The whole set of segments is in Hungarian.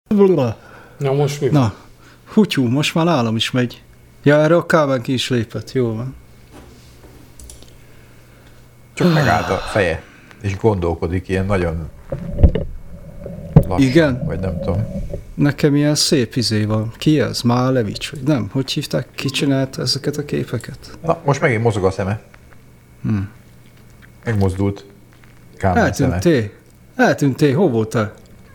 Na most mi? Na, hutyú, most már nálam is megy. Ja, erre a Kálmán ki is lépett, jó van. Csak megállt a feje, és gondolkodik ilyen nagyon lassan, Igen? vagy nem tudom. Nekem ilyen szép izé van. Ki ez? Málevics, vagy nem? Hogy hívták? Ki csinálta ezeket a képeket? Na, most megint mozog a szeme. Megmozdult. Kálmán szeme. Eltűntél. Hol voltál?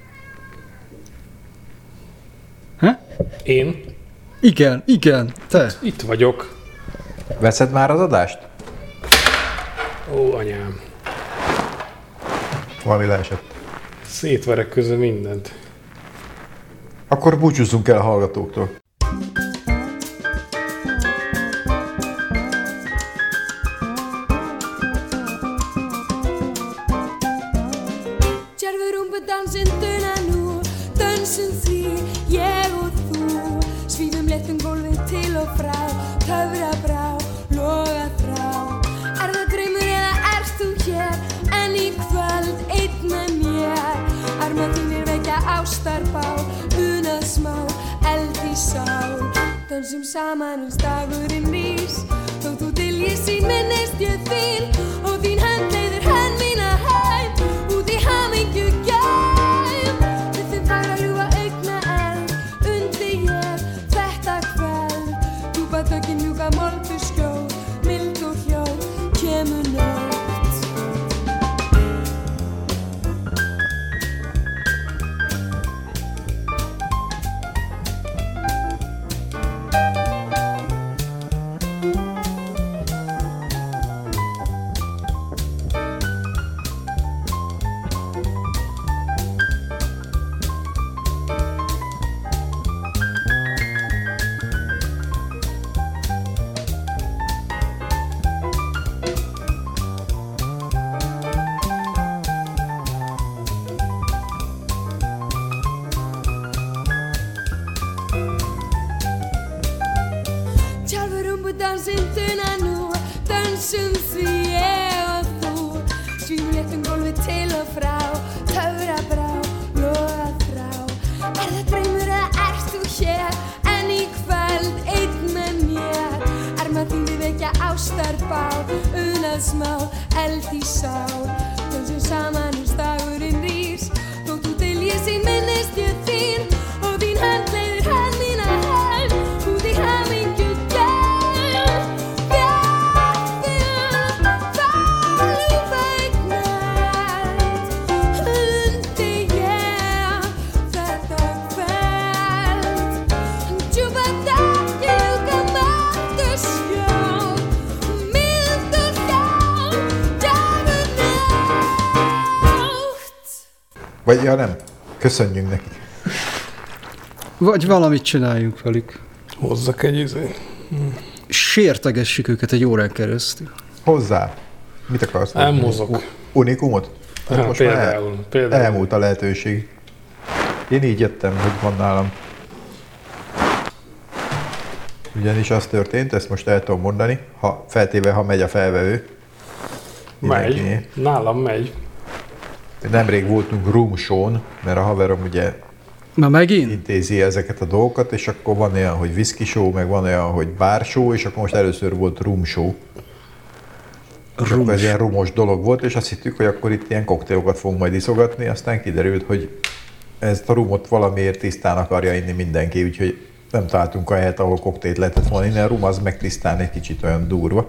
Én? Igen, te. Itt vagyok. Veszed már az adást? Ó, anyám. Valami leesett. Szétverek közben mindent. Akkor búcsúzzunk el a hallgatóktól. Djærfurúmbudansinn duna nú, dönsum því ég og þú. Svífum léttum gólfið til og frá, töfra brá, loga þrá. Er það draumur eða erst þú hér, en í kvöld einn með mér. Armar þínir vekja ástarbál, unað smá, eld í sál. Dönsum saman dagurinn rís, þó þú dyljir sín minnist ég þín, og þín hönd leiðir hönd mína heim, út í hamingju gæm. Við þeim fagra ljúfa augna eld, undir ég þetta kvöld. Djúpa þögin mjúka moldu skjóð, mild og hljóð, kemur nótt. Dansinn duna nú, dönsum því ég og þú. Svífum léttum gólfið til og frá, töfra brá, loga þrá. Er það draumur eða ert þú hér, en í kvöld einn með mér. Armar þínir vekja ástarbál, unað smá, eld í sál. Dönsum saman dagurinn rís, þó þú dyljir sín minnist ég þín, og þín hönd leiðir hönd mína heim, út í hamingju. Vagy ja nem, köszönjünk nekik. Vagy valamit csináljunk velük. Hozzak egy izé. Sértegessük őket egy órán keresztül. Hozzá. Mit akarsz? Elmozog. Unikumot? Hát most Például. Elmúlt a lehetőség. Én így jöttem, hogy van nálam. Ugyanis az történt, ezt most el tudom mondani, feltéve, ha megy a felvevő. Megy. Nálam megy. Nemrég voltunk room show-n, mert a haverom ugye Na megint? intézi ezeket a dolgokat, és akkor van olyan, hogy whisky show, meg van olyan, hogy bar show, és akkor most először volt room show. És akkor ez ilyen rumos dolog volt, és azt hittük, hogy akkor itt ilyen koktélokat fogunk majd iszogatni, aztán kiderült, hogy ezt a rumot valamiért tisztán akarja inni mindenki, úgyhogy nem találtunk a helyet, ahol koktélt lehetett volna inni, a rum az meg tisztán egy kicsit olyan durva.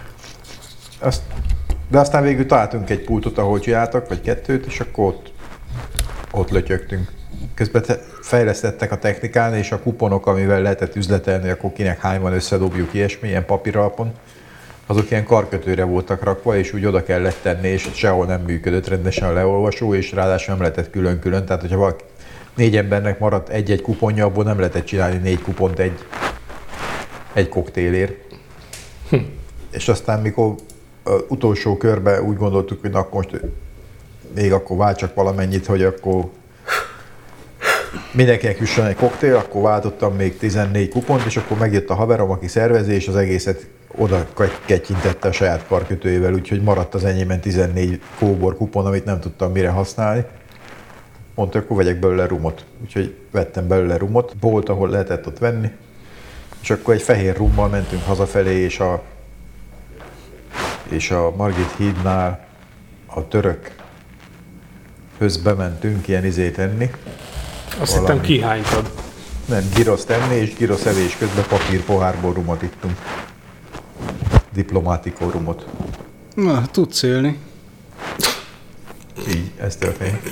De aztán végül találtunk egy pultot, ahol csináltak, vagy kettőt, és akkor ott lötyögtünk. Közben fejlesztettek a technikán, és a kuponok, amivel lehetett üzletelni, akkor kinek hány van, összedobjuk ilyesmi, ilyen papíralapon, azok ilyen karkötőre voltak rakva, és úgy oda kellett tenni, és sehol nem működött rendesen a leolvasó, és ráadásul nem lehetett külön-külön, tehát hogyha valaki 4 embernek maradt egy-egy kuponja, abból nem lehetett csinálni 4 kupont egy koktélért. És aztán mikor utolsó körben úgy gondoltuk, hogy na, akkor most még akkor váltsak valamennyit, hogy akkor mindenkinek jusson egy koktél, akkor váltottam még 14 kupont, és akkor megjött a haverom, aki szervezi, és az egészet oda kettyintette a saját karkötőjével, úgyhogy maradt az enyémben 14 kóbor kupon, amit nem tudtam mire használni. mondta, akkor vegyek belőle rumot. Úgyhogy vettem belőle rumot, bolt, ahol lehetett ott venni, és akkor egy fehér rummal mentünk hazafelé, és a Margit hídnál a török bementünk ilyen izét enni. Azt hittem kihánytad. Nem, giroszt enni, és girosz evés közben papírpohárból rumot ittunk. Diplomátikó rumot. Na, tudsz élni. Így, ez történik.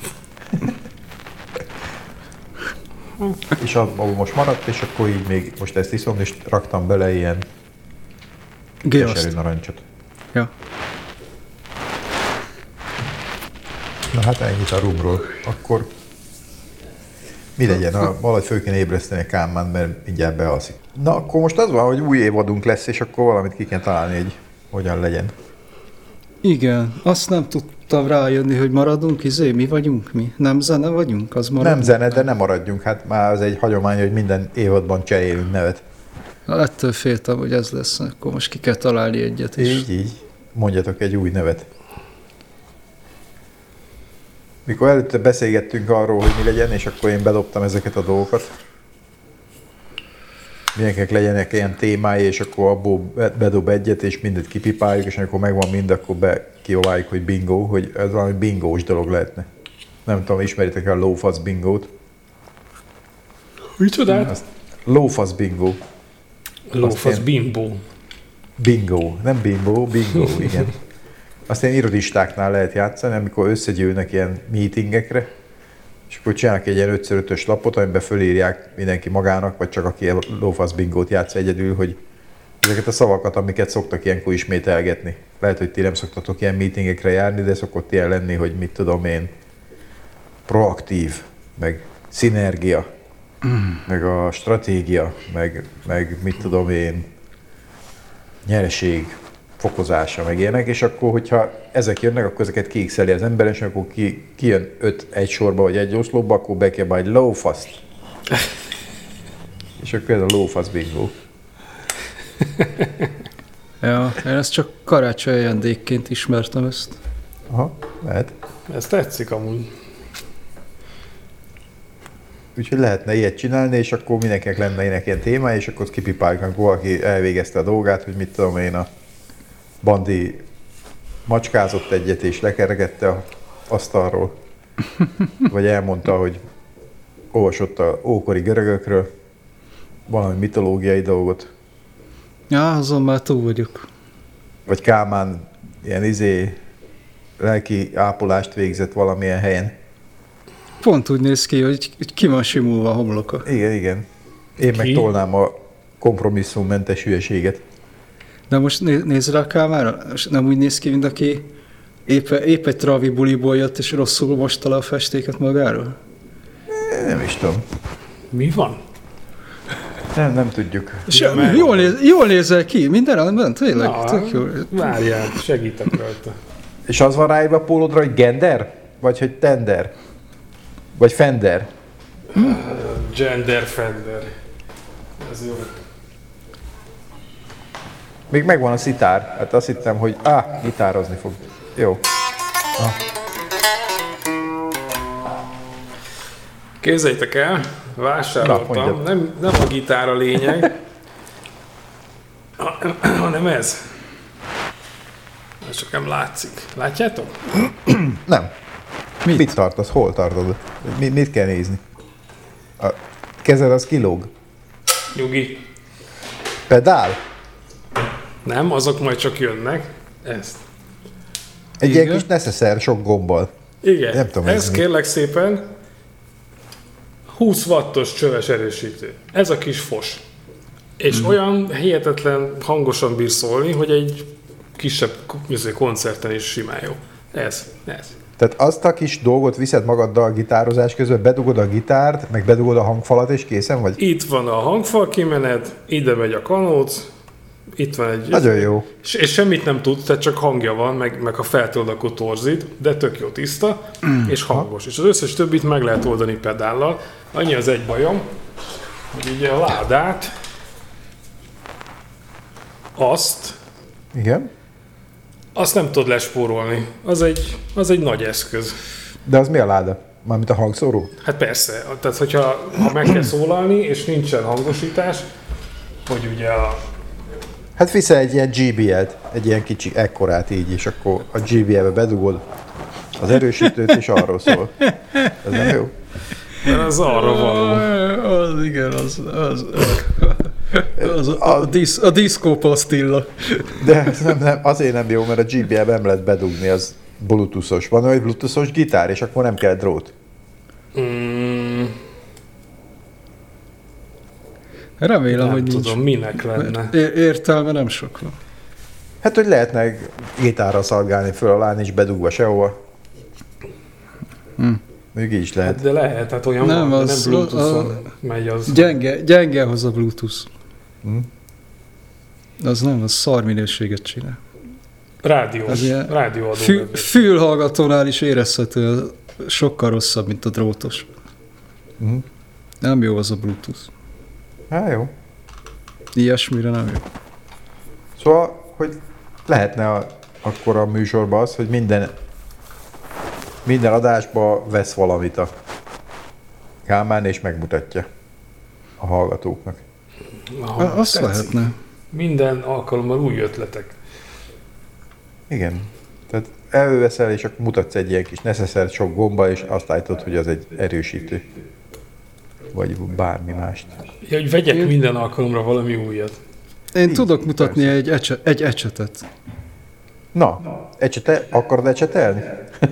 És abban most maradt, és akkor így még most ezt iszom, és raktam bele ilyen keserű narancsot. Ja. Na hát ennyit a rumról. Akkor mi legyen? Valahogy föl kéne ébreszteni a Kálmán, mert mindjárt bealszik. Na akkor most az van, hogy új évadunk lesz, és akkor valamit ki kell találni, hogy hogyan legyen. Igen, azt nem tudtam rájönni, hogy maradunk, mi vagyunk mi? Nem zene vagyunk? Az maradunk? Nem zene, de nem maradjunk. Hát már az egy hagyomány, hogy minden évadban cserélünk nevet. Ettől féltem, hogy ez lesz, akkor most ki kell találni egyet is. Így. Mondjatok egy új nevet. Mikor előtte beszélgettünk arról, hogy mi legyen, és akkor én bedobtam ezeket a dolgokat. Mindenkinek legyenek ilyen témái, és akkor abból bedob egyet, és mindet kipipáljuk, és amikor megvan mind, akkor kiováljuk, hogy bingo, hogy ez valami bingós dolog lehetne. Nem tudom, ismeritek a lófasz bingót? Micsodát? Lófasz bingo. Lófasz bimbo. Bingo. Nem bimbo, bingo, igen. Azt ilyen irodistáknál lehet játszani, amikor összegyűlnek ilyen meetingekre, és akkor csinálnak egy ilyen 5x5-ös lapot, amiben fölírják mindenki magának, vagy csak aki a lófasz bingót játsz egyedül, hogy ezeket a szavakat, amiket szoktak ilyenkor ismételgetni. Lehet, hogy ti nem szoktatok ilyen meetingekre járni, de szokott ilyen lenni, hogy mit tudom én, proaktív, meg szinergia, meg a stratégia, meg mit tudom én, nyereség fokozása, meg ilyenek, és akkor, hogyha ezek jönnek, akkor ezeket kiixeli az ember, és akkor kijön 5 egy sorba, vagy egy oszlopba, akkor be kell majd lófaszt. És akkor ez a lófasz bingo. Ja, én ezt csak karácsony ajándékként ismertem ezt. Aha, lehet. Ez tetszik amúgy. Úgyhogy lehetne ilyet csinálni, és akkor mindenkinek lenne ilyen téma, és akkor kipipáljuk, amikor valaki elvégezte a dolgát, hogy mit tudom én, a Bandi macskázott egyet, és lekeregette az asztalról. Vagy elmondta, hogy olvasott a ókori görögökről valami mitológiai dolgot. Ja, azon már túl vagyok. Vagy Kálmán ilyen lelki ápolást végzett valamilyen helyen. Pont úgy néz ki, hogy ki van simulva a homloka. Igen. Én meg tolnám a kompromisszummentes hülyeséget. De most nézz rá a Kálmára, nem úgy néz ki, mint aki épp egy travi buliból jött, és rosszul mosta le a festéket magáról? Nem is tudom. Mi van? Nem tudjuk. Jól nézel ki, minden rendben, tényleg. Na, várjál, segítek rajta. És az van ráírva a pólódra, hogy gender? Vagy hogy tender? Vagy fender? Gender fender. Ez jó. Még megvan a szitár. Hát azt hittem, hogy gitározni fog. Jó. Képzeljétek el, vásároltam. Nem a gitár a lényeg, hanem ez. Ez csak nem látszik. Látjátok? Nem. Mit tartasz? Hol tartod? Mit kell nézni? A kezed az kilóg. Nyugi. Pedál? Nem, azok majd csak jönnek. Ezt. Egy ilyen kis neszeszer sok gombbal. Igen, nem tudom, ez kérlek szépen 20 wattos csöves erősítő. Ez a kis fos. És olyan hihetetlen hangosan bír szólni, hogy egy kisebb koncerten is simán jó. Ez. Tehát azt a kis dolgot viszed magaddal a gitározás közben, bedugod a gitárt, meg bedugod a hangfalat, és készen vagy? Itt van a hangfal kimenet, ide megy a kanóc, itt van egy... Nagyon jó. És semmit nem tud, tehát csak hangja van, meg ha feltöld, akkor torzít, de tök jó tiszta, és hangos. És az összes többit meg lehet oldani pedállal. Annyi az egy bajom, hogy ugye a ládát, Igen? Azt nem tudod lespórolni. Az egy nagy eszköz. De az mi a láda? Mármint a hangszóró? Hát persze, tehát hogyha meg kell szólalni, és nincsen hangosítás, hogy ugye Hát viszel egy ilyen GBL-t, egy ilyen kicsi ekkorát így, és akkor a GBL-be bedugod az erősítőt, és arról szól. Ez nem jó? az arra való. Az igen, a diszkó pasztilla. De ez nem, azért nem jó, mert a GBL-be nem lehet bedugni, az bluetoothos. Van olyan bluetoothos gitár, és akkor nem kell drót. Remélem, Nem hogy tudom, nincs. minek lenne. Értelme nem sok van. Hát, hogy lehetne gitárra szalgálni föl alá, nincs bedugva sehova. Még így is lehet. De lehet, hát olyan Nem, van, az- nem Bluetooth-on megy az. Gyenge hoz a Bluetooth. Az nem, az szar minőséget csinál. Rádiós, ilyen rádióadó. Fülhallgatónál is érezhető, sokkal rosszabb, mint a drótos. Nem jó az a Bluetooth. Hát jó. Ilyesmire nem jó. Szóval, hogy lehetne akkor a műsorban az, hogy minden adásba vesz valamit a Kálmán, és megmutatja a hallgatóknak. Azt lehetne. Minden alkalommal új ötletek. Igen. Tehát előveszel, és akkor mutatsz egy ilyen kis neszeszert sok gomba, és azt állítod, hogy az egy erősítő. Vagy bármi mást. Ja, hogy vegyek minden alkalomra valami újat. Én Így, tudok mutatni egy ecsetet. Na, akarod ecsetelni?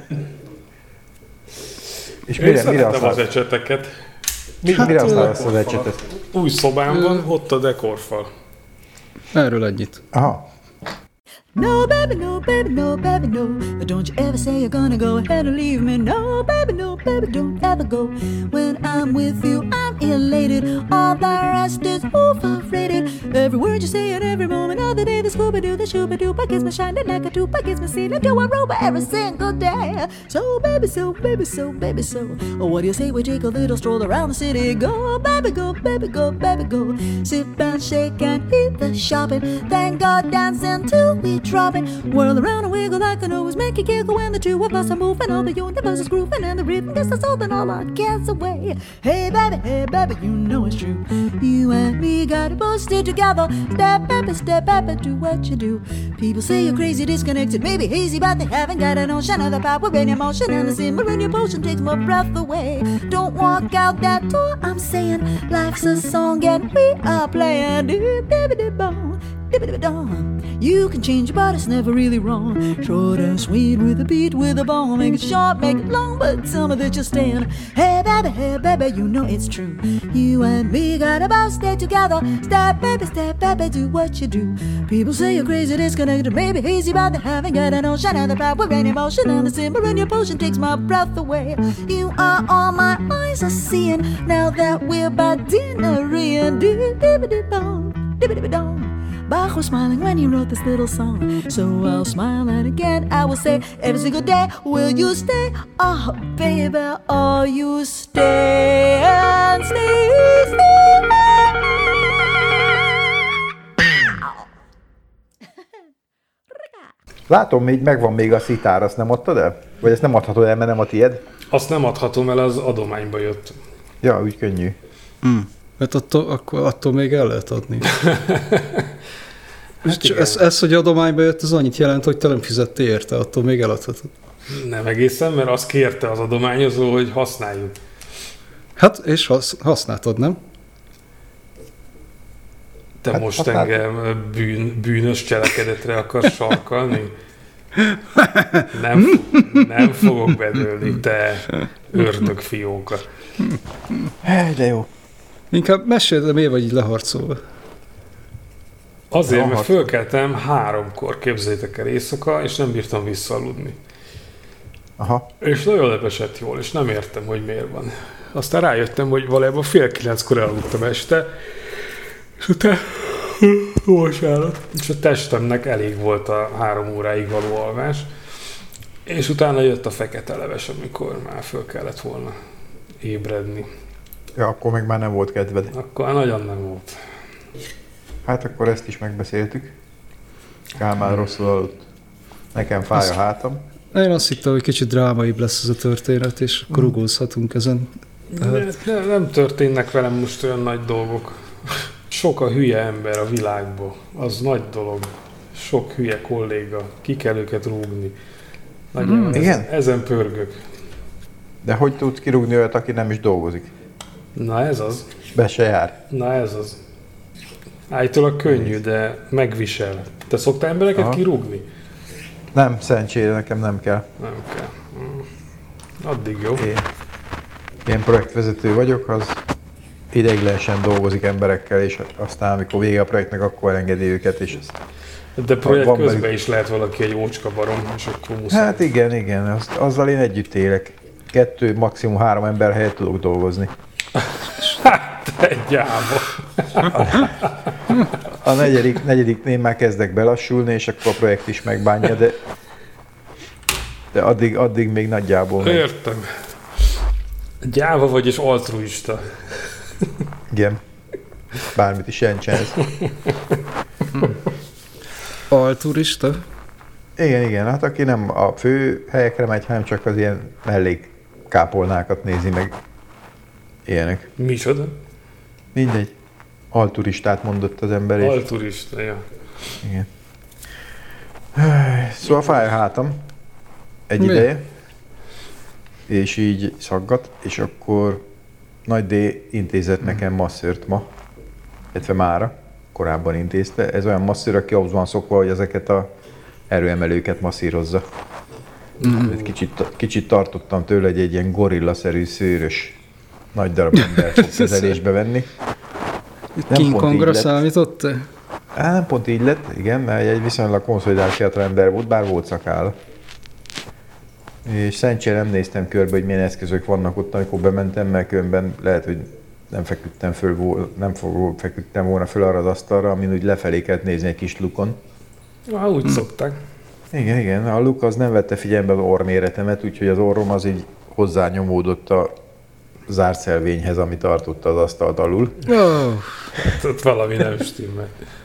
És Én mire szeretem az használod? ecseteket. Mire használsz az ecsetet? Új szobámban, ott a dekorfal. Erről ennyit. Aha. No, baby, no, baby, no, baby, no. Don't you ever say you're gonna go ahead and leave me. No, baby, don't ever go. When I'm with you, I'm elated. All the rest is overrated. Every word you say at every moment of the day, the Scooby-Doo, the Shooby-Doo, gets me shining like a tube, gets me seen into a rover every single day. So, baby, so, baby, so, baby, so. What do you say we take a little stroll around the city? Go, baby, go, baby, go, baby, go. Sit back, shake and eat the shopping. Then go dancing till we dropping. Whirl around and wiggle like an always make it giggle when the two of us are moving. All the universe is grooving and the rhythm gets us holding all our cares away. Hey baby, you know it's true. You and me got it posted together. Step baby, do what you do. People say you're crazy, disconnected, maybe hazy, but they haven't got a notion of the power in your motion, and the simmer in your potion takes my breath away. Don't walk out that door, I'm saying life's a song and we are playing. You can change your but it's never really wrong. Short and sweet with a beat, with a ball. Make it short, make it long, but tell me that you're staying. Hey baby, you know it's true. You and me got about stay together. Step baby, do what you do. People say you're crazy, disconnected, maybe hazy, but they haven't got an ocean and the power in emotion, and the simmer in your potion takes my breath away. You are all my eyes are seeing now that we're by dinner-ing. Bach was smiling when he wrote this little song, so I'll smile and again I will say every single day, will you stay? Oh baby, oh you stay and stay. Látom, még megvan még a szitár, azt nem adtad el? Vagy ezt nem adhatod el, mert nem a tied? Azt nem adhatom el, az adományba jött. Ja, úgy könnyű. Mert attól még el lehet adni. Ez, hogy adományba jött, az annyit jelent, hogy te nem fizettél érte, attól még eladhatod. Nem egészen, mert azt kérte az adományozó, hogy használjuk. Hát, és használtad, nem? Te Hát, most használtuk. engem bűnös cselekedetre akarsz sarkalni? Nem fogok bedőlni, te ördögfióka. De jó. Inkább meséld, de miért vagy így leharcolva? Azért, mert fölkeltem 3-kor, képzeljétek el éjszaka, és nem bírtam visszaaludni. Aha. És nagyon lepesett jól, és nem értem, hogy miért van. Aztán rájöttem, hogy valójában 8:30-kor elaludtam este, és utána bocsánat. És a testemnek elég volt a 3 óráig való alvás, és utána jött a fekete leves, amikor már föl kellett volna ébredni. Ja, akkor meg már nem volt kedved. Akkor nagyon nem volt. Hát akkor ezt is megbeszéltük. Kálmán rosszul aludt. Nekem fáj a hátam. Én azt hittem, hogy kicsit drámaibb lesz ez a történet, és akkor rugózhatunk ezen. Nem történnek velem most olyan nagy dolgok. Sok a hülye ember a világban. Az nagy dolog. Sok hülye kolléga. Ki kell őket rúgni. Igen? Ezen pörgök. De hogy tudsz kirúgni olyat, aki nem is dolgozik? Na ez az. Be se jár. Na ez az. Állítólag könnyű, de megvisel. Te szoktál embereket kirúgni? Nem, szerencsére nekem nem kell. Nem kell. Addig jó. Én projektvezető vagyok, az ideiglenesen dolgozik emberekkel, és aztán amikor vége a projektnek, akkor engedi őket, és ezt... De projekt közben is lehet valaki egy ócska barom, és akkor muszáj. Hát igen, azzal én együtt élek. 2, maximum 3 ember helyett tudok dolgozni. Hát, egy gyáva. A negyediknél már kezdek belassulni, és akkor a projekt is megbánja, de addig még nagyjából megy. Értem. Gyáva vagy és altruista. Igen. Bármit is jelentsen ez. Alturista? Igen, hát aki nem a fő helyekre megy, hanem csak az ilyen mellékkápolnákat nézi meg. Ilyenek. Micsoda? Mindegy. Alturistát mondott az ember. Alturista, ja. Igen. Szóval fáj a hátam egy ideje, és így szaggat, és akkor Nagy D intézett nekem masszört ma, illetve mára, korábban intézte. Ez olyan masszőr, aki ahhoz van szokva, hogy ezeket a erőemelőket masszírozza. Kicsit tartottam tőle, hogy egy ilyen gorillaszerű, szőrös, nagy darab ember fog kezelésbe venni. King Kongra számított? Nem pont így lett, igen, mert egy viszonylag konszolidált fiatalember volt, bár volt szakálla. És szerencsére nem néztem körbe, hogy milyen eszközök vannak ott, amikor bementem, mert különben lehet, hogy nem feküdtem volna föl arra az asztalra, amin úgy lefelé kellett nézni egy kis lukon. Úgy szokták. Igen, a luk az nem vette figyelembe az orrméretemet, úgyhogy az orrom az így hozzányomódott a zárszelvényhez, ami tartotta az asztalt alul. Hát ott valami nem stimmel.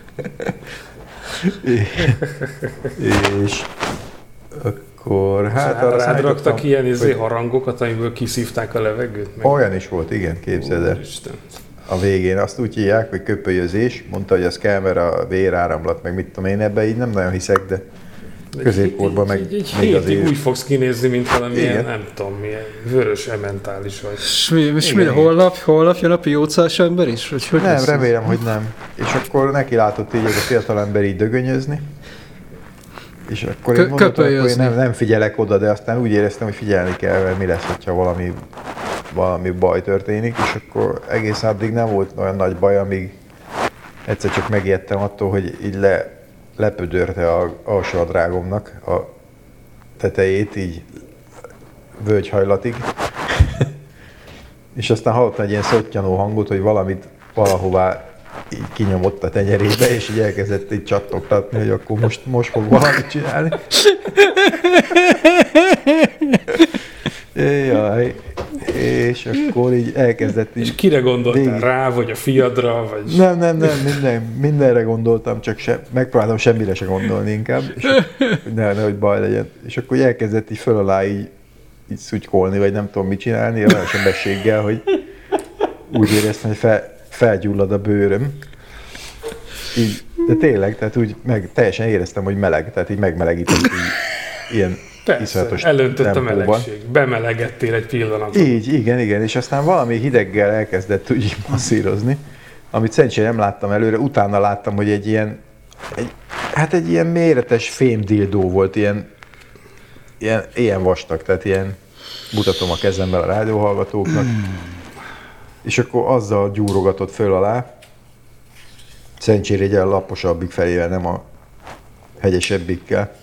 És akkor hát raktak ilyen harangokat, amiből kiszívták a levegőt? Meg... Olyan is volt, igen, képzeld el. A végén azt úgy hívják, hogy köpölyözés, mondta, hogy az kell, mert a véráramlat, meg mit tudom én, ebbe így nem nagyon hiszek, de középkorban meg egy hétig úgy fogsz kinézni, mint valamilyen, nem tudom, milyen vörös ementális vagy. És mire, holnap jön a piócás ember is? Hogy nem, remélem, hogy nem. És akkor neki látott így ez a fiatalember így dögönyözni. És akkor én mondtam, hogy én nem figyelek oda, de aztán úgy éreztem, hogy figyelni kell, mert mi lesz, hogyha valami baj történik, és akkor egész addig nem volt olyan nagy baj, amíg egyszer csak megijedtem attól, hogy így lepödörte az alsóadrágomnak a tetejét, így völgyhajlatig. És aztán hallottam egy ilyen szottyanó hangot, hogy valamit valahová így kinyomott a tenyerébe, és így elkezdett így csattogtatni, hogy akkor most fog valamit csinálni. Jaj. És akkor így elkezdett így... És kire gondoltál? Rá, vagy a fiadra, vagy... Nem, mindenre gondoltam, csak megpróbáltam semmire se gondolni inkább, és nehogy baj legyen. És akkor elkezdett így föl alá így szutykolni, vagy nem tudom mit csinálni, olyan sebességgel, hogy úgy éreztem, hogy felgyullad a bőröm. Így, de tényleg, tehát úgy teljesen éreztem, hogy meleg, tehát így megmelegített így ilyen iszonyatos elöntött a melegség. Bemelegettél egy pillanatra. Így, igen, és aztán valami hideggel elkezdett úgy masszírozni, amit szerencsére nem láttam előre, utána láttam, hogy egy ilyen méretes fémdildó volt, ilyen vastag, tehát ilyen, mutatom a kezemmel a rádióhallgatóknak, és akkor azzal gyúrogatott föl alá, szerencsére egy olyan laposabbik felével, nem a hegyesebbikkel.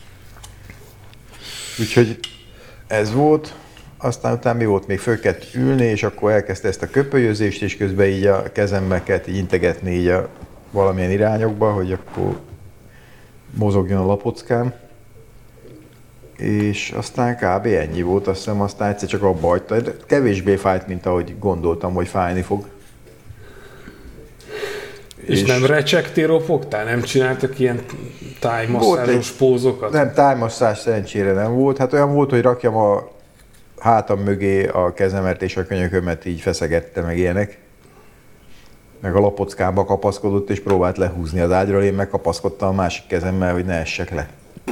Úgyhogy ez volt, aztán utána mi volt, még föl kellett ülni, és akkor elkezdte ezt a köpölyözést, és közben így a kezemmel kellett így integetni így a valamilyen irányokba, hogy akkor mozogjon a lapockám. És aztán kb. Ennyi volt, azt hiszem, aztán egyszer csak abba hagyta. Kevésbé fájt, mint ahogy gondoltam, hogy fájni fog. És nem recsegtél, ropogtál? Nem csináltak ilyen tájmasszázsos pózokat? Nem, tájmasszázs szerencsére nem volt. Hát olyan volt, hogy rakjam a hátam mögé a kezemet és a könyökömet így feszegette, meg ilyenek. Meg a lapockába kapaszkodott, és próbált lehúzni az ágyról, én megkapaszkodtam a másik kezemmel, hogy ne essek le.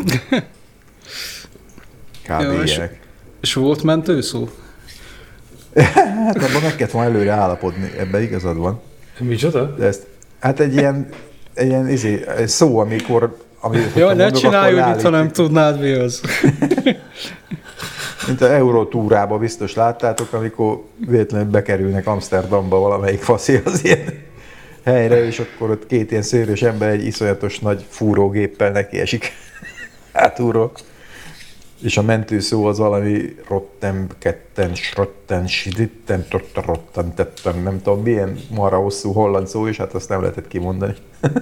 Kb. Ilyenek. És volt mentőszó? Hát abban meg kellett volna előre állapodni, ebben igazad van. Micsoda? De ezt, hát egy ilyen szó, amikor... Ja, ne csinálj úgy, mintha nem tudnád, mi az. Mint az Eurotúrába biztos láttátok, amikor véletlenül bekerülnek Amsterdamba valamelyik faszi az ilyen helyre, és akkor ott két ilyen szőrös ember egy iszonyatos nagy fúrógéppel neki esik hátulról. És a mentőszó az valami rottem, ketten, srotten, siditten, rottan, tetten, nem tudom milyen marra hosszú holland szó, és hát azt nem lehetett kimondani.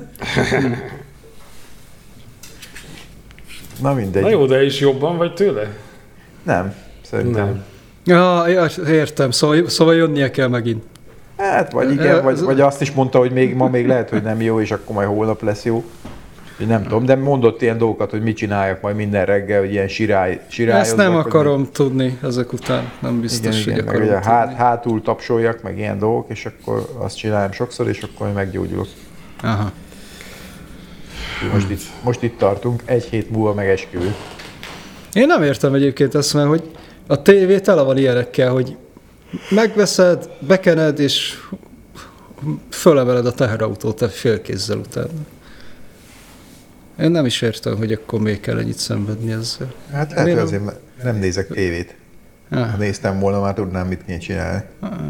Na mindegy. Na jó, de is jobban vagy tőle? Nem, szerintem. Nem. Ja, értem, szóval jönnie kell megint. Hát, vagy igen, vagy azt is mondta, hogy ma még lehet, hogy nem jó, és akkor majd holnap lesz jó. Nem tudom, de mondott ilyen dolgokat, hogy mit csináljak majd minden reggel, hogy ilyen sirályoznak. Ezt nem akarom tudni ezek után, nem biztos, igen, hogy akarom meg tudni. hátul tapsoljak, meg ilyen dolgok, és akkor azt csinálom sokszor, és akkor meggyógyulok. Aha. Most itt tartunk, egy hét múlva megesküvő. Én nem értem egyébként ezt, mert hogy a tévé tele van ilyenekkel, hogy megveszed, bekened, és fölemeled a teherautót félkézzel utána. Én nem is értem, hogy akkor még kell ennyit szenvedni ezzel. Hát lehet, hogy azért nem nézek tévét. Ha néztem volna, már tudnám, mit kéne csinálni.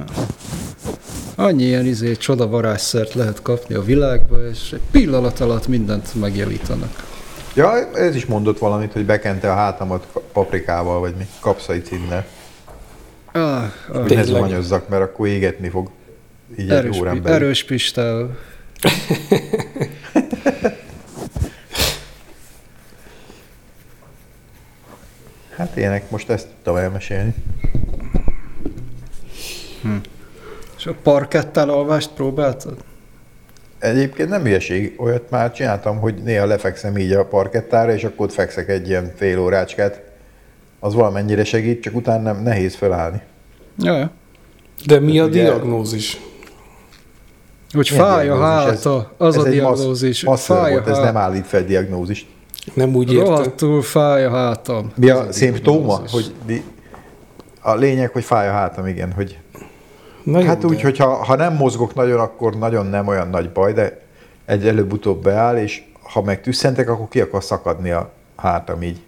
Annyi ilyen csoda varázsszert lehet kapni a világba, és egy pillanat alatt mindent megjavítanak. Ja, ez is mondott valamit, hogy bekente a hátamat paprikával, vagy mi, kapszaicinnnel. Hogy ne zuhanyozzak, mert akkor égetni fog. Így egy órán belül. Erős Pistával. Hát ilyenek, most ezt tudtam elmesélni. És a parkettál alvást próbáltad? Egyébként nem hülyeség, olyat már csináltam, hogy néha lefekszem így a parkettára, és akkor ott fekszek egy ilyen fél órácskát. Az valamennyire segít, csak utána nem nehéz felállni. Ja. De mi a diagnózis? Hogy fáj a háta, az a diagnózis. Fáj volt, ez nem állít fel diagnózist. Nem úgy értem. Rohadtul fáj a hátam. Mi a szimptóma? A lényeg, hogy fáj a hátam, igen. Hogy Na hát jó, úgy, hogy ha nem mozgok nagyon, akkor nagyon nem olyan nagy baj, de egy előbb-utóbb beáll, és ha meg tüsszentek, akkor ki akar szakadni a hátam így.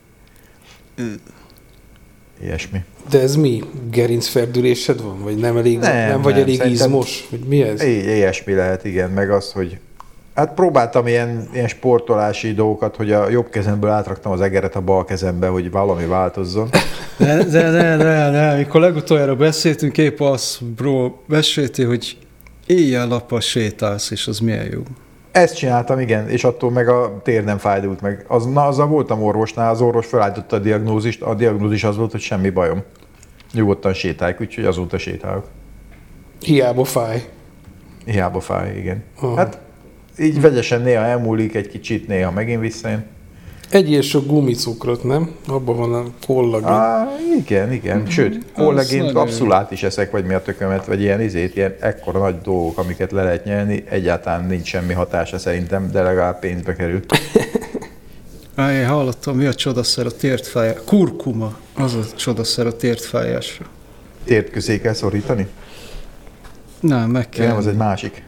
Ilyesmi. De ez mi? Gerincferdülésed van? Vagy nem elég, nem vagy elég izmos? Vagy mi ez? Ilyesmi lehet, igen. Meg az, hogy hát próbáltam ilyen sportolási dolgokat, hogy a jobb kezemből átraktam az egeret a bal kezembe, hogy valami változzon. De, mikor legutoljára beszéltünk, épp bro, meséltél, hogy éjjel-nappal sétálsz, és az milyen jó. Ezt csináltam, igen, és attól meg a tér nem fájdult meg. Azzal voltam orvosnál, az orvos felállította a diagnózist, a diagnózis az volt, hogy semmi bajom. Nyugodtan sétáljuk, úgyhogy azóta sétálok. Hiába fáj. Hiába fáj, igen. Hát így vegyesen néha elmúlik egy kicsit, néha megint visszajön. Egyél sok gumicukrot, nem? Abban van a kollagén. Igen. Sőt, kollagén kapszulát is eszek, vagy mi a tökömet, vagy ilyen ekkora nagy dolgok, amiket le lehet nyelni. Egyáltalán nincs semmi hatása szerintem, de legalább pénzbe kerül. Én hallottam, mi a csodaszer a tértfájás. Kurkuma, az a csodaszer a tértfájásra. Tért közé kell szorítani? Nem, meg kell. Nem, az egy másik.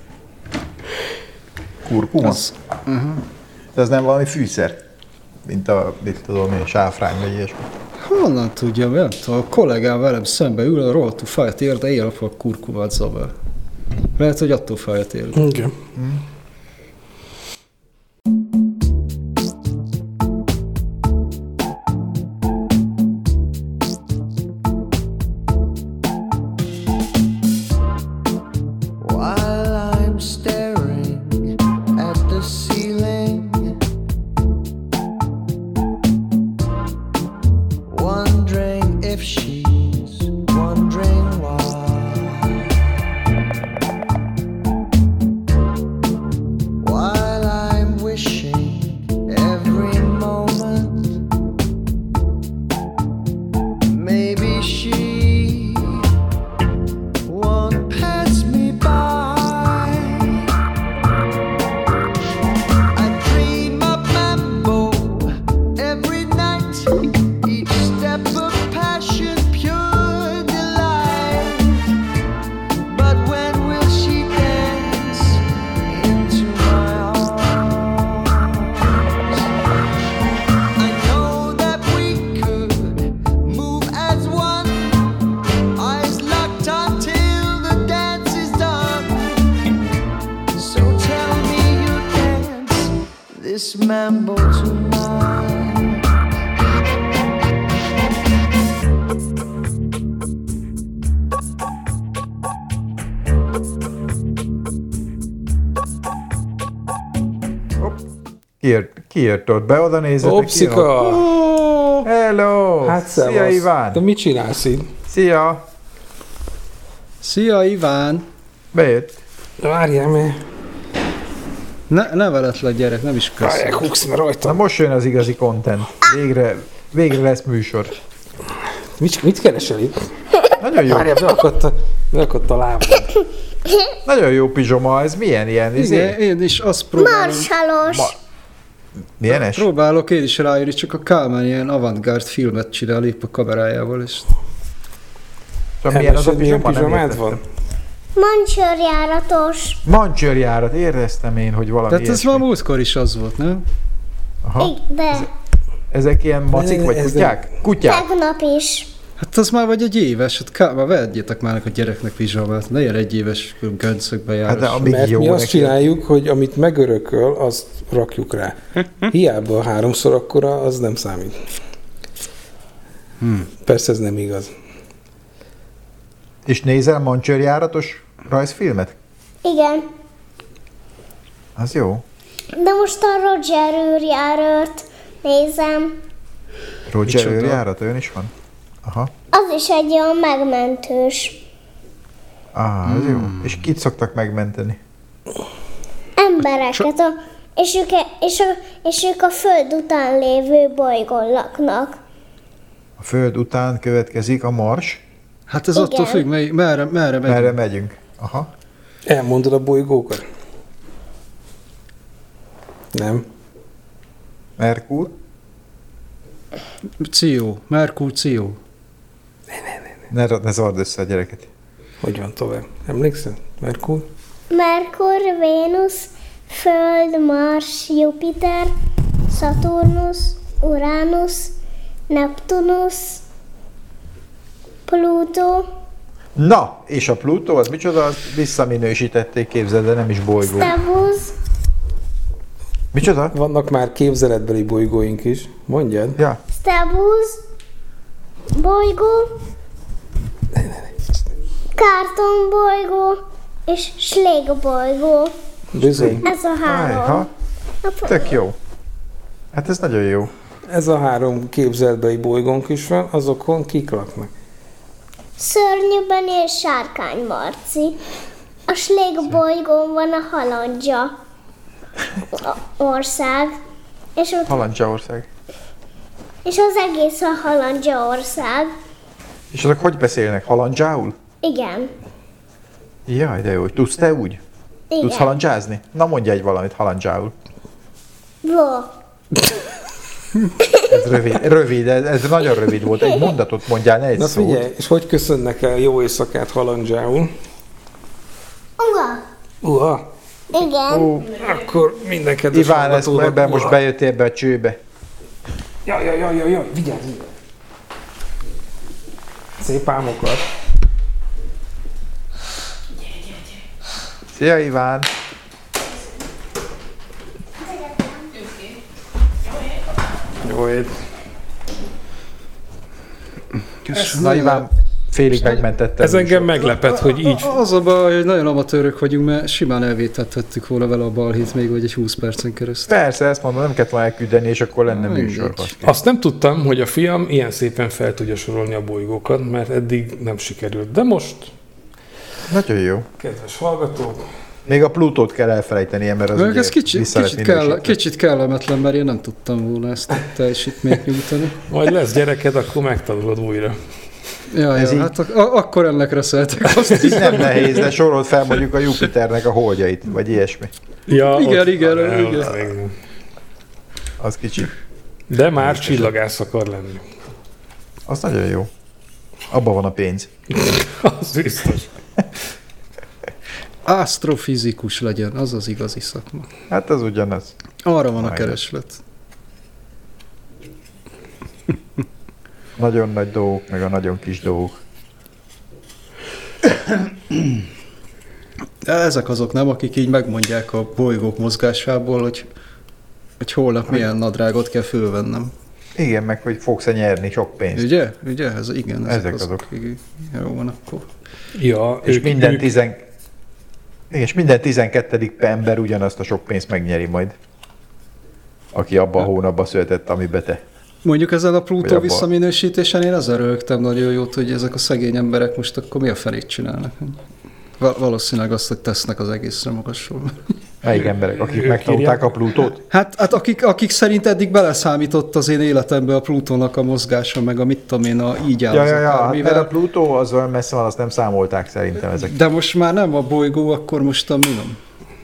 Kurkuma? De ez nem valami fűszer? Mint a sáfrány, vagy ilyesmi. Honnan tudja, mert a kollégám velem szembe ül, a rohadtul fáj a tér, de éjjel-nappal kurkumát zabál. Lehet, hogy attól fáj a tér. Igen. remember tonight. Ki jött ott be? Oda nézzetek. Opszika! Hello! Hát Szia, szevasz. Iván! De mit csinálsz itt? Szia! Szia, Iván! Bejött? Várjál, mert... Ne veletlen gyerek, nem is Várjál, köszönöm. húgsz, mert Na rajtam. most jön az igazi content. Végre lesz műsor. Mit keresel itt? Nagyon jó, Várjál, beakadt a lábad. nagyon jó pizsoma. Ez milyen ilyen? Igen, én is azt próbálom. Marsalos. Milyenes? Próbálok én is rájönni, csak a Kálmán ilyen avantgárd filmet csinál épp a kamerájával, és Milyen az a Milyen pizsoma? Nem pizsamád értettem. van? Mancsőrjáratos. Mancsőrjárat, éreztem én, hogy valami tehát ez ilyesmi. már múltkor is az volt, nem? Aha. De Ezek ilyen macik vagy Ez kutyák? Kutyák. tegnap is. Hát az már vagy egy éves, hát Kálmán, vehetjétek már a gyereknek pizsamát, ne ilyen egy éves göncökbe jár. Hát de amíg Mert jó mi azt neki. csináljuk, hogy amit megörököl, azt rakjuk rá. Hiába 3-szor akkora, az nem számít. Persze ez nem igaz. És nézel mancsőrjáratos rajzfilmet? Igen. Az jó. De most a Roger űrjárőrt nézem. Roger Micsoda? őrjárat, olyan is van? Aha. Az is egy olyan megmentős. Az jó. És kit szoktak megmenteni? Embereket. És ők a föld után lévő bolygón laknak. A Föld után következik a Mars. Hát ez Igen. attól függ, merre megy. Merre megyünk? Aha. Elmondod a bolygókat? Nem. Merkur. Ció, Merkur, Ció. Ne zavard össze a gyereket. Hogy van tovább? Emlékszel? Merkur? Merkur, Vénusz, Föld, Mars, Jupiter, Saturnus, Uranus, Neptunus, Plutó, Na, és a Plutó, az micsoda? Azt visszaminősítették, képzeld, de nem is bolygó. Stebus, Micsoda? Vannak már képzeletbeli bolygóink is. Mondjad. Ja. Stebus, bolygó, Kárton bolygó és Schlegel bolygó. Bizony. Ez a három. Ájha, tök jó. Hát ez nagyon jó. Ez a 3 képzeletbeli bolygónk is van, azokon kik laknak? Szörnyűben és Sárkány Marci. A Schlegel bolygón van a Halandja ország, és, ott, Halandjaország. és az egész a Halandja ország. És azok hogy beszélnek? Halandzsául? Igen. Jaj, de jó. Tudsz te úgy? Tudsz Igen. halandzsázni? Na mondj egy valamit halandzsául. Vo. Ez rövid, ez nagyon rövid volt. Egy mondatot mondjál, ne egy Na szót. figyelj, és hogy köszönnek el jó éjszakát halandzsául? Uga. Uha, Igen. akkor minden kedves Iván, ezt hallgatónak, ebben most uha. bejöttél ebbe a csőbe. Jaj, vigyázz! Szép álmokat! Szia, Iván! Jó ét! Na, Iván, félig megmentettem. Ez engem meglepett, hogy így. Az a baj, hogy nagyon amatőrök vagyunk, mert simán elvétethettük volna vele a balhét még vagy egy 20 percen keresztül. Persze, ezt mondom, nem kellett volna elküldeni, és akkor lenne Mindegy. műsor. Azt nem tudtam, hogy a fiam ilyen szépen fel tudja sorolni a bolygókat, mert eddig nem sikerült. De most, Nagyon jó. kedves hallgatók, Még a Plutót kell elfelejteni, mert az Meg ugye ez vissza lett minősítve. kicsit kellemetlen, mert én nem tudtam volna ezt a teljesítményt nyújtani. majd lesz gyereked, akkor megtanulod újra. Ja, így- hát akkor ennek reszeltek azt Ez így nem nehéz, de sorold fel mondjuk a Jupiternek a holdjait, vagy ilyesmi. Ja, Igen, ott igen, van, igen. ott még nem. Az kicsit. De már csillagász akar lenni. Az nagyon jó. Abban van a pénz. Az biztos. Asztrofizikus legyen, az az igazi szakma. Hát az ugyanaz. Arra van a Majd. kereslet. Nagyon nagy dolgok, meg a nagyon kis dolgok. De ezek azok nem, akik így megmondják a bolygók mozgásából, hogy Hogy holnap milyen nadrágot kell fölvennem. Igen, meg hogy fogsz-e nyerni sok pénzt. Ugye? Igen, ezek azok. Jó van akkor. Ja, És minden 12. ember ugyanazt a sok pénzt megnyeri majd. Aki abban a hónapban született, amiben te. Mondjuk ezen a Plutó visszaminősítésen én ezzel rögtem nagyon jót, hogy ezek a szegény emberek most akkor mi a felét csinálnak. Valószínűleg azt, hogy tesznek az egészre magasról. Melyik emberek, akik megtanulták a Plutót? Hát akik szerint eddig beleszámított az én életembe a Plutónak a mozgása, meg a mit tudom én, így áll. Hát mert a Plutó az olyan messze van, azt nem számolták szerintem ezek. De most már nem a bolygó, akkor most a minom.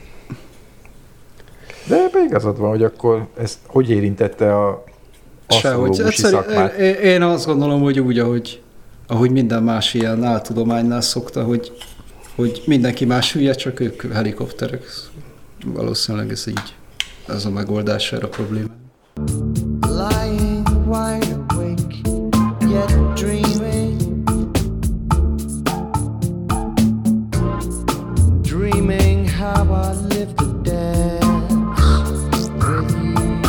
De igazad van, hogy akkor ez hogy érintette a asztrológusi szakmát? Én azt gondolom, hogy úgy, ahogy minden más ilyen áltudománynál szokta, hogy mindenki más hülye, csak ők helikopterek. Valószínűleg ez így, ez a megoldás erre a probléma. Lying wide awake, yet dreaming. Dreaming how I live the dance with you.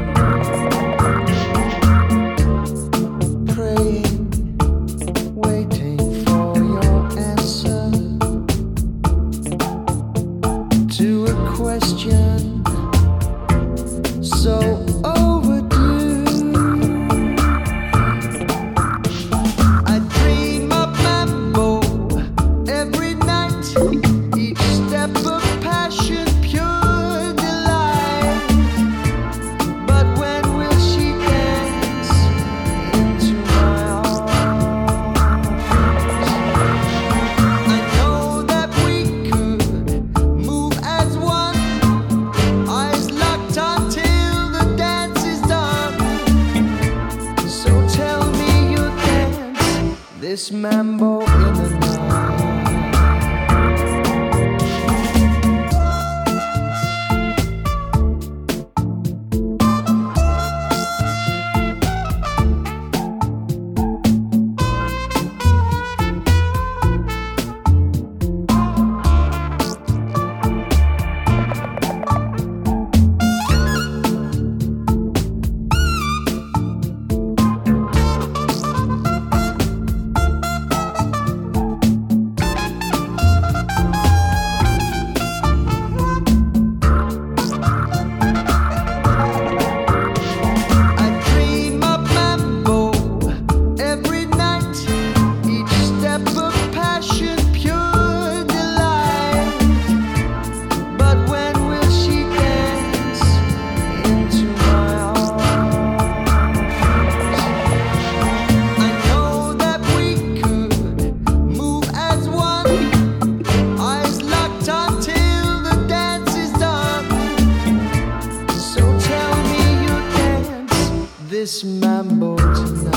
Praying, waiting for your answer to a question so overdue. I dream of Mambo every night, each step of passion, pure delight. But when will she dance into my arms? I know that we could move as one, eyes locked until the dance is done. So tell me you'll dance this mambo in the night. I dream of Mambo every night, each step of passion, pure delight. But when will she dance into my arms? I know that we could move as one, eyes locked until the dance is done. So tell me you'll dance this mambo tonight.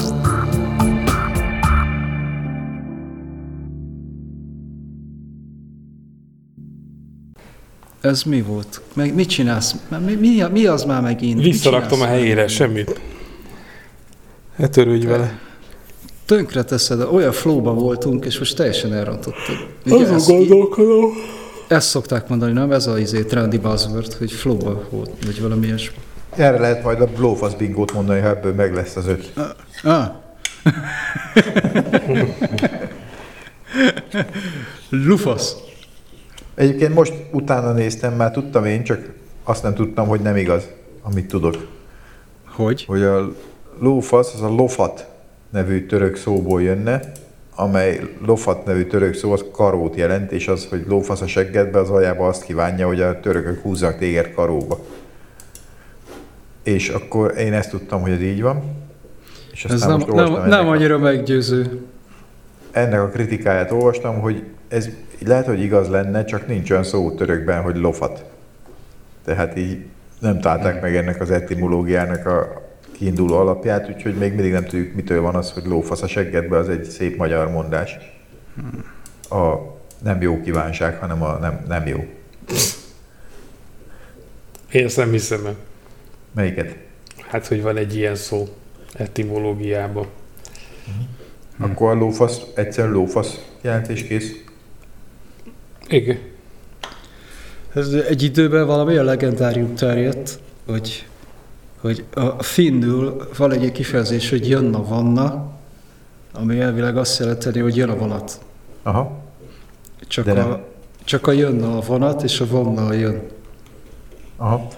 Ez mi volt? Meg mit csinálsz? Mi az már megint? Visszaraktam a helyére, semmit. Ne törődj vele. Tönkre teszed, olyan flowba voltunk, és most teljesen elrontottad. Azon gondolkodom. Ezt szokták mondani, nem? Ez a trendy buzzword, hogy flowba volt, vagy valami ilyesmi. Erre lehet majd a blowfasz bingót mondani, ha ebből meg lesz az 5. Lufasz. Egyébként most utána néztem, már tudtam én, csak azt nem tudtam, hogy nem igaz, amit tudok. Hogy? Hogy a lófasz az a lofat nevű török szóból jönne, amely lofat nevű török szó az karót jelent, és az, hogy lófasz a seggedbe, az aljában azt kívánja, hogy a törökök húzzanak téged karóba. És akkor én ezt tudtam, hogy ez így van. És ez nem annyira meggyőző. Ennek a kritikáját olvastam, hogy ez lehet, hogy igaz lenne, csak nincs olyan szó törökben, hogy lofat. Tehát így nem találták meg ennek az etimológiának a kiinduló alapját, úgyhogy még mindig nem tudjuk, mitől van az, hogy lófasz a seggedbe, az egy szép magyar mondás. A nem jó kívánság, hanem a nem jó. Én ezt nem hiszem el. Melyiket? Hát, hogy van egy ilyen szó etimológiában. Akkor a lófasz, egyszerűen lófasz jelentés kész. Igen. Ez egy időben valami a legendárium terjedt, hogy hogy a finnül van egy kifejezés, hogy jönna vanna, ami elvileg azt jelenteni, hogy jön a vonat. Aha. Csak a jönne a vonat, és a vonna a jön. Aha.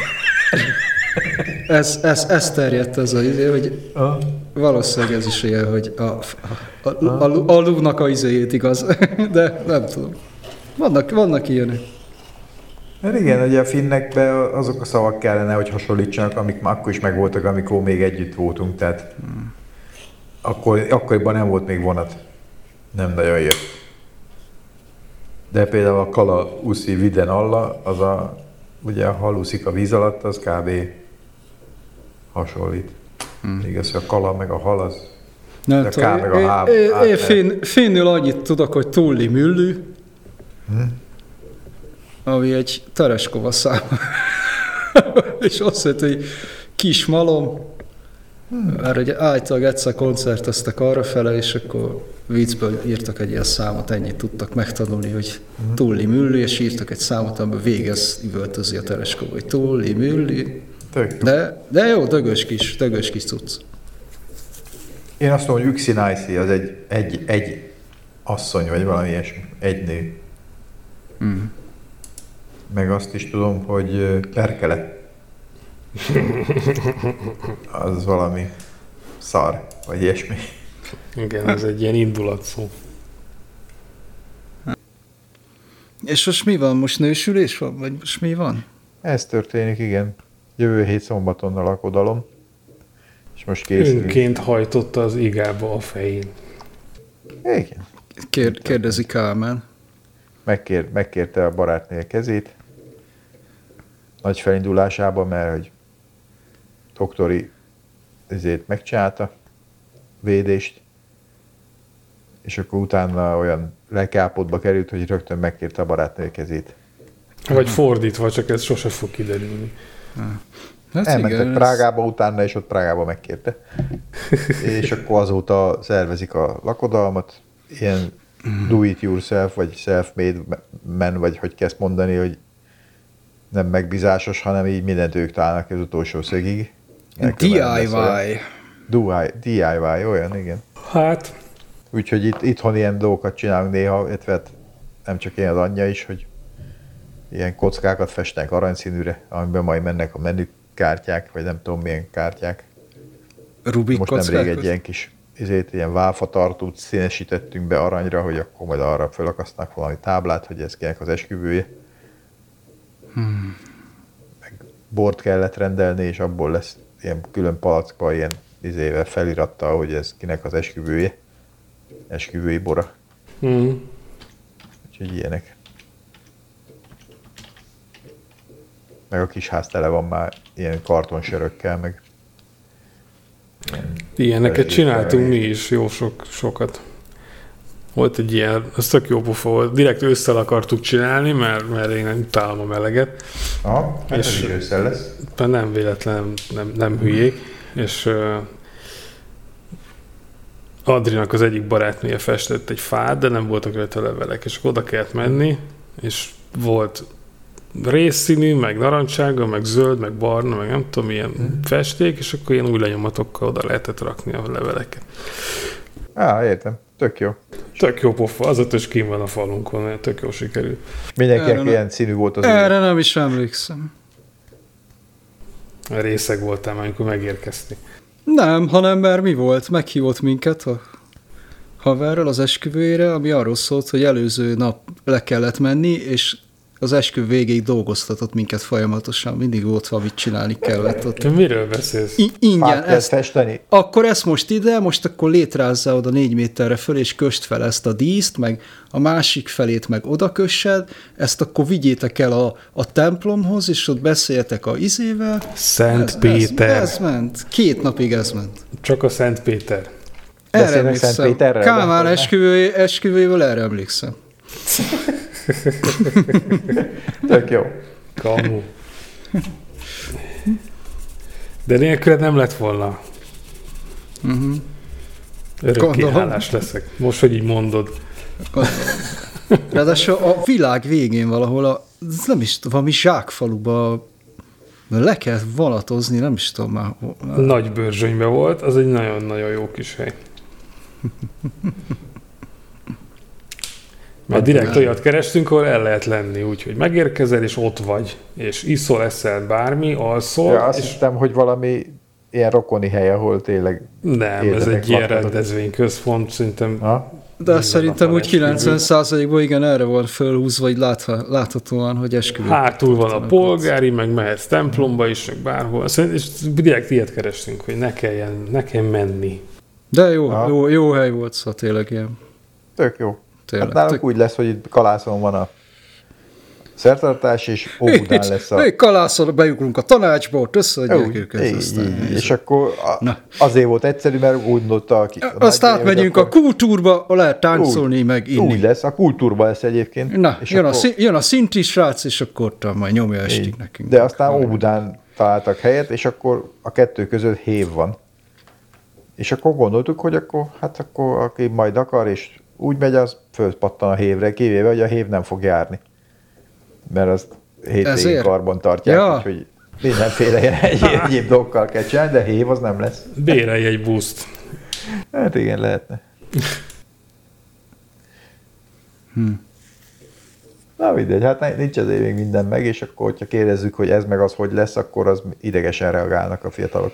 Ez terjedt ez hogy valószínűleg ez is ilyen, hogy a lúnak a izéjét igaz, de nem tudom. Vannak ilyenek. Hát igen, ugye a finnekben azok a szavak kellene, hogy hasonlítsanak, amik már akkor is megvoltak, amikor még együtt voltunk, tehát akkoriban nem volt még vonat. Nem nagyon jött. De például a kala uszi viden alla, az ugye a hal úszik a víz alatt, az kb. Hasonlít. Igaz, hogy a kala meg a hal az... Nem a K meg a H... Én finnül annyit tudok, hogy tulli müllű, ami egy Tereskova szám. És azt mondta, hogy kis malom, mert ugye általában egyszer koncerteztek arrafele, és akkor viccből írtak egy ilyen számot, ennyit tudtak megtanulni, hogy tulli müllű, és írtak egy számot, amiben végez üvöltözi a Tereskova, hogy tulli müllű. De jó, dögös kis cucc. Én azt mondom, hogy Yksi-Naisi az egy asszony, vagy valami ilyesmi, egy nő. Meg azt is tudom, hogy Perkele. Az valami szar, vagy ilyesmi. Igen, ez egy ilyen indulatszó. És most mi van? Most nősülés van? Vagy most mi van? Ez történik, igen. Jövő hét szombaton a lakodalom. És most készülünk. Önként hajtotta az igába a fején. Igen. Kérdezi Kálmán. Megkérte a barátnője kezét. Nagy felindulásában, mert hogy doktori ezért megcsinálta, védést, és akkor utána olyan lelkiállapotba került, hogy rögtön megkérte a barátnője kezét. Vagy fordítva, csak ez sose fog kiderülni. Elmentek Prágába utána, és ott Prágába megkérte. És akkor azóta szervezik a lakodalmat, ilyen do it yourself, vagy self-made man, vagy hogy kezd mondani, hogy nem megbízásos, hanem így mindent ők találnak az utolsó szögig. DIY. DIY, olyan, igen. Hát. Úgyhogy itthon ilyen dolgokat csinálunk néha, illetve nem csak én, az anyja is, hogy ilyen kockákat festenek aranyszínűre, amiben majd mennek a menükártyák, vagy nem tudom milyen kártyák. Rubik most kockákat? nemrég egy ilyen kis ilyen válfatartót színesítettünk be aranyra, hogy akkor majd arra fölakasztanak valami táblát, hogy ez kinek az esküvője. Meg bort kellett rendelni, és abból lesz ilyen külön palackba ilyen izével felirattal, hogy ez kinek az esküvője. Esküvői bora. Úgyhogy ilyenek. Meg a kis ház tele van már ilyen kartonsörökkel, meg ilyeneket csináltunk mi is, jó sokat. Volt egy ilyen, az tök jó pofa volt. Direkt ősszel akartuk csinálni, mert én utálom a meleget. Aha, és ez ősszel lesz. Nem véletlen, nem hülyék. És Adrinak az egyik barátnője festett egy fát, de nem voltak rajta levelek, és oda kellett menni, és volt részszínű, meg narancsága, meg zöld, meg barna, meg nem tudom, milyen festék, és akkor ilyen új lenyomatokkal oda lehetett rakni a leveleket. Értem. Tök jó. Tök jó pofa, azóta is kín van a falunkon, tök jó sikerült. Mindenkinek ilyen színű volt az erre nem is emlékszem. Részeg voltál már, amikor megérkeztél. Nem, hanem mert mi volt? Meghívott minket a haverral az esküvőjére, ami arról szólt, hogy előző nap le kellett menni, és az esküvő végéig dolgoztatott minket folyamatosan, mindig volt valamit csinálni kellett ott. Te miről beszélsz? Ingyen. Ezt festeni? Akkor ezt most ide, most akkor létrázzá oda 4 méterre föl, és köst fel ezt a díszt, meg a másik felét meg oda kössed, ezt akkor vigyétek el a templomhoz, és ott beszéljetek a izével. Szent Péter. Ez ment. 2 napig ez ment. Csak a Szent Péter. Erre emlékszem. Kálmán esküvőjéből erre emlékszem. Tök jó. Kamu. De nélküled nem lett volna. Örökké hálás leszek. Most, hogy így mondod. Ráadásul a világ végén valahol, nem is valami zsákfaluba De le kell vonatozni, nem is tudom már. Nagy Börzsönybe volt, az egy nagyon-nagyon jó kis hely. Mert direkt olyat kerestünk, ahol el lehet lenni, úgyhogy megérkezel, és ott vagy, és iszol, eszel bármi, alszol. Ja, azt hittem, hogy valami ilyen rokoni hely, ahol tényleg... Nem, ez egy ilyen rendezvényközpont, szerintem... Ha? De szerintem úgy 90%-ban igen, erre van fölhúzva, vagy láthatóan, hogy esküvő. Hátul van a polgári, meg mehetsz templomba is, meg bárhol. És direkt ilyet kerestünk, hogy ne kelljen menni. De jó hely volt, szóval tényleg ilyen. Tök jó. Tényleg. Hát nálunk úgy lesz, hogy itt Kalászon van a szertartás, és Óbudán lesz a... Kalászon beugrunk a tanácsba, ott összeadják őket. És akkor azért volt egyszerű, mert úgy gondolta... Azt átmegyünk a kultúrba, lehet táncolni, meg inni. Úgy lesz, a kultúrba lesz egyébként. Na, jön a szinti srác, és akkor ott majd nyomja estig nekünk. De aztán Óbudán találtak helyet, és akkor a kettő között hév van. És akkor gondoltuk, hogy akkor aki majd akar, és úgy megy, az fölpattan a hévre, kivéve, hogy a hév nem fog járni. Mert azt hétvégén karban tartják, úgyhogy mindenféle egyéb dolgokkal kell csinálni, de hév az nem lesz. Bérelj egy buszt. Hát igen, lehetne. Na mindegy, hát nincs azért még minden meg, és akkor, hogyha kérdezzük, hogy ez meg az hogy lesz, akkor az idegesen reagálnak a fiatalok.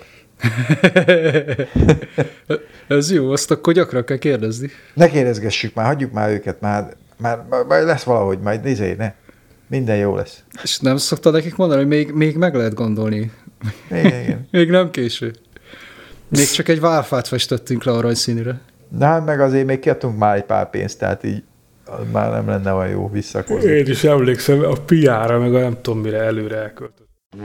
Ez jó, azt akkor gyakran kell kérdezni. Ne kérdezgessük már, hagyjuk már őket, már lesz valahogy, majd nézzél, ne. Minden jó lesz. És nem szokta nekik mondani, hogy még meg lehet gondolni. Igen. Még nem késő. Még csak egy válfát festettünk le aranyszínűre. Na, meg azért még kiadtunk már egy pár pénzt, tehát így már nem lenne olyan jó visszakozni. Én is emlékszem a PR-ra, meg a nem tudom mire előre elköltött.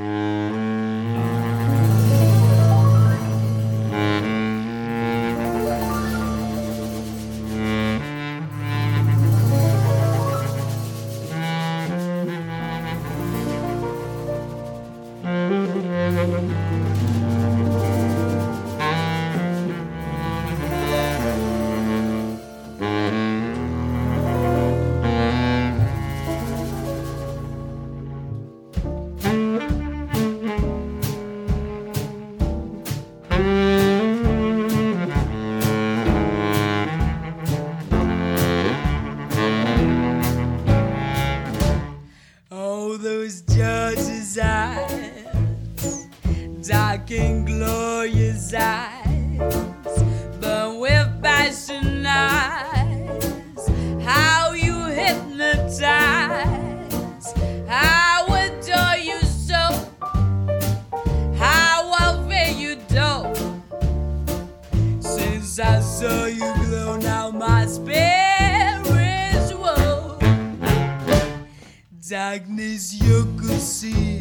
Darkness you could see,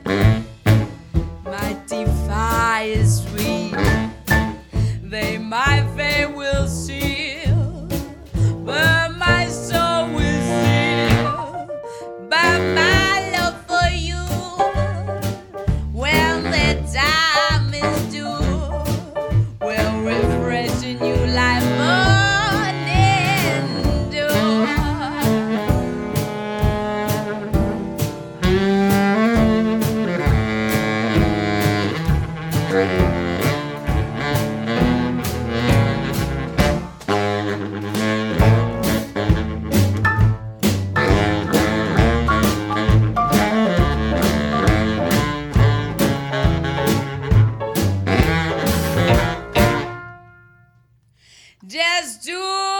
mighty fire sweet. They my fate will seal, but my soul will seal. But my love for you, when the time is due, will refresh in you like morning dew. Just to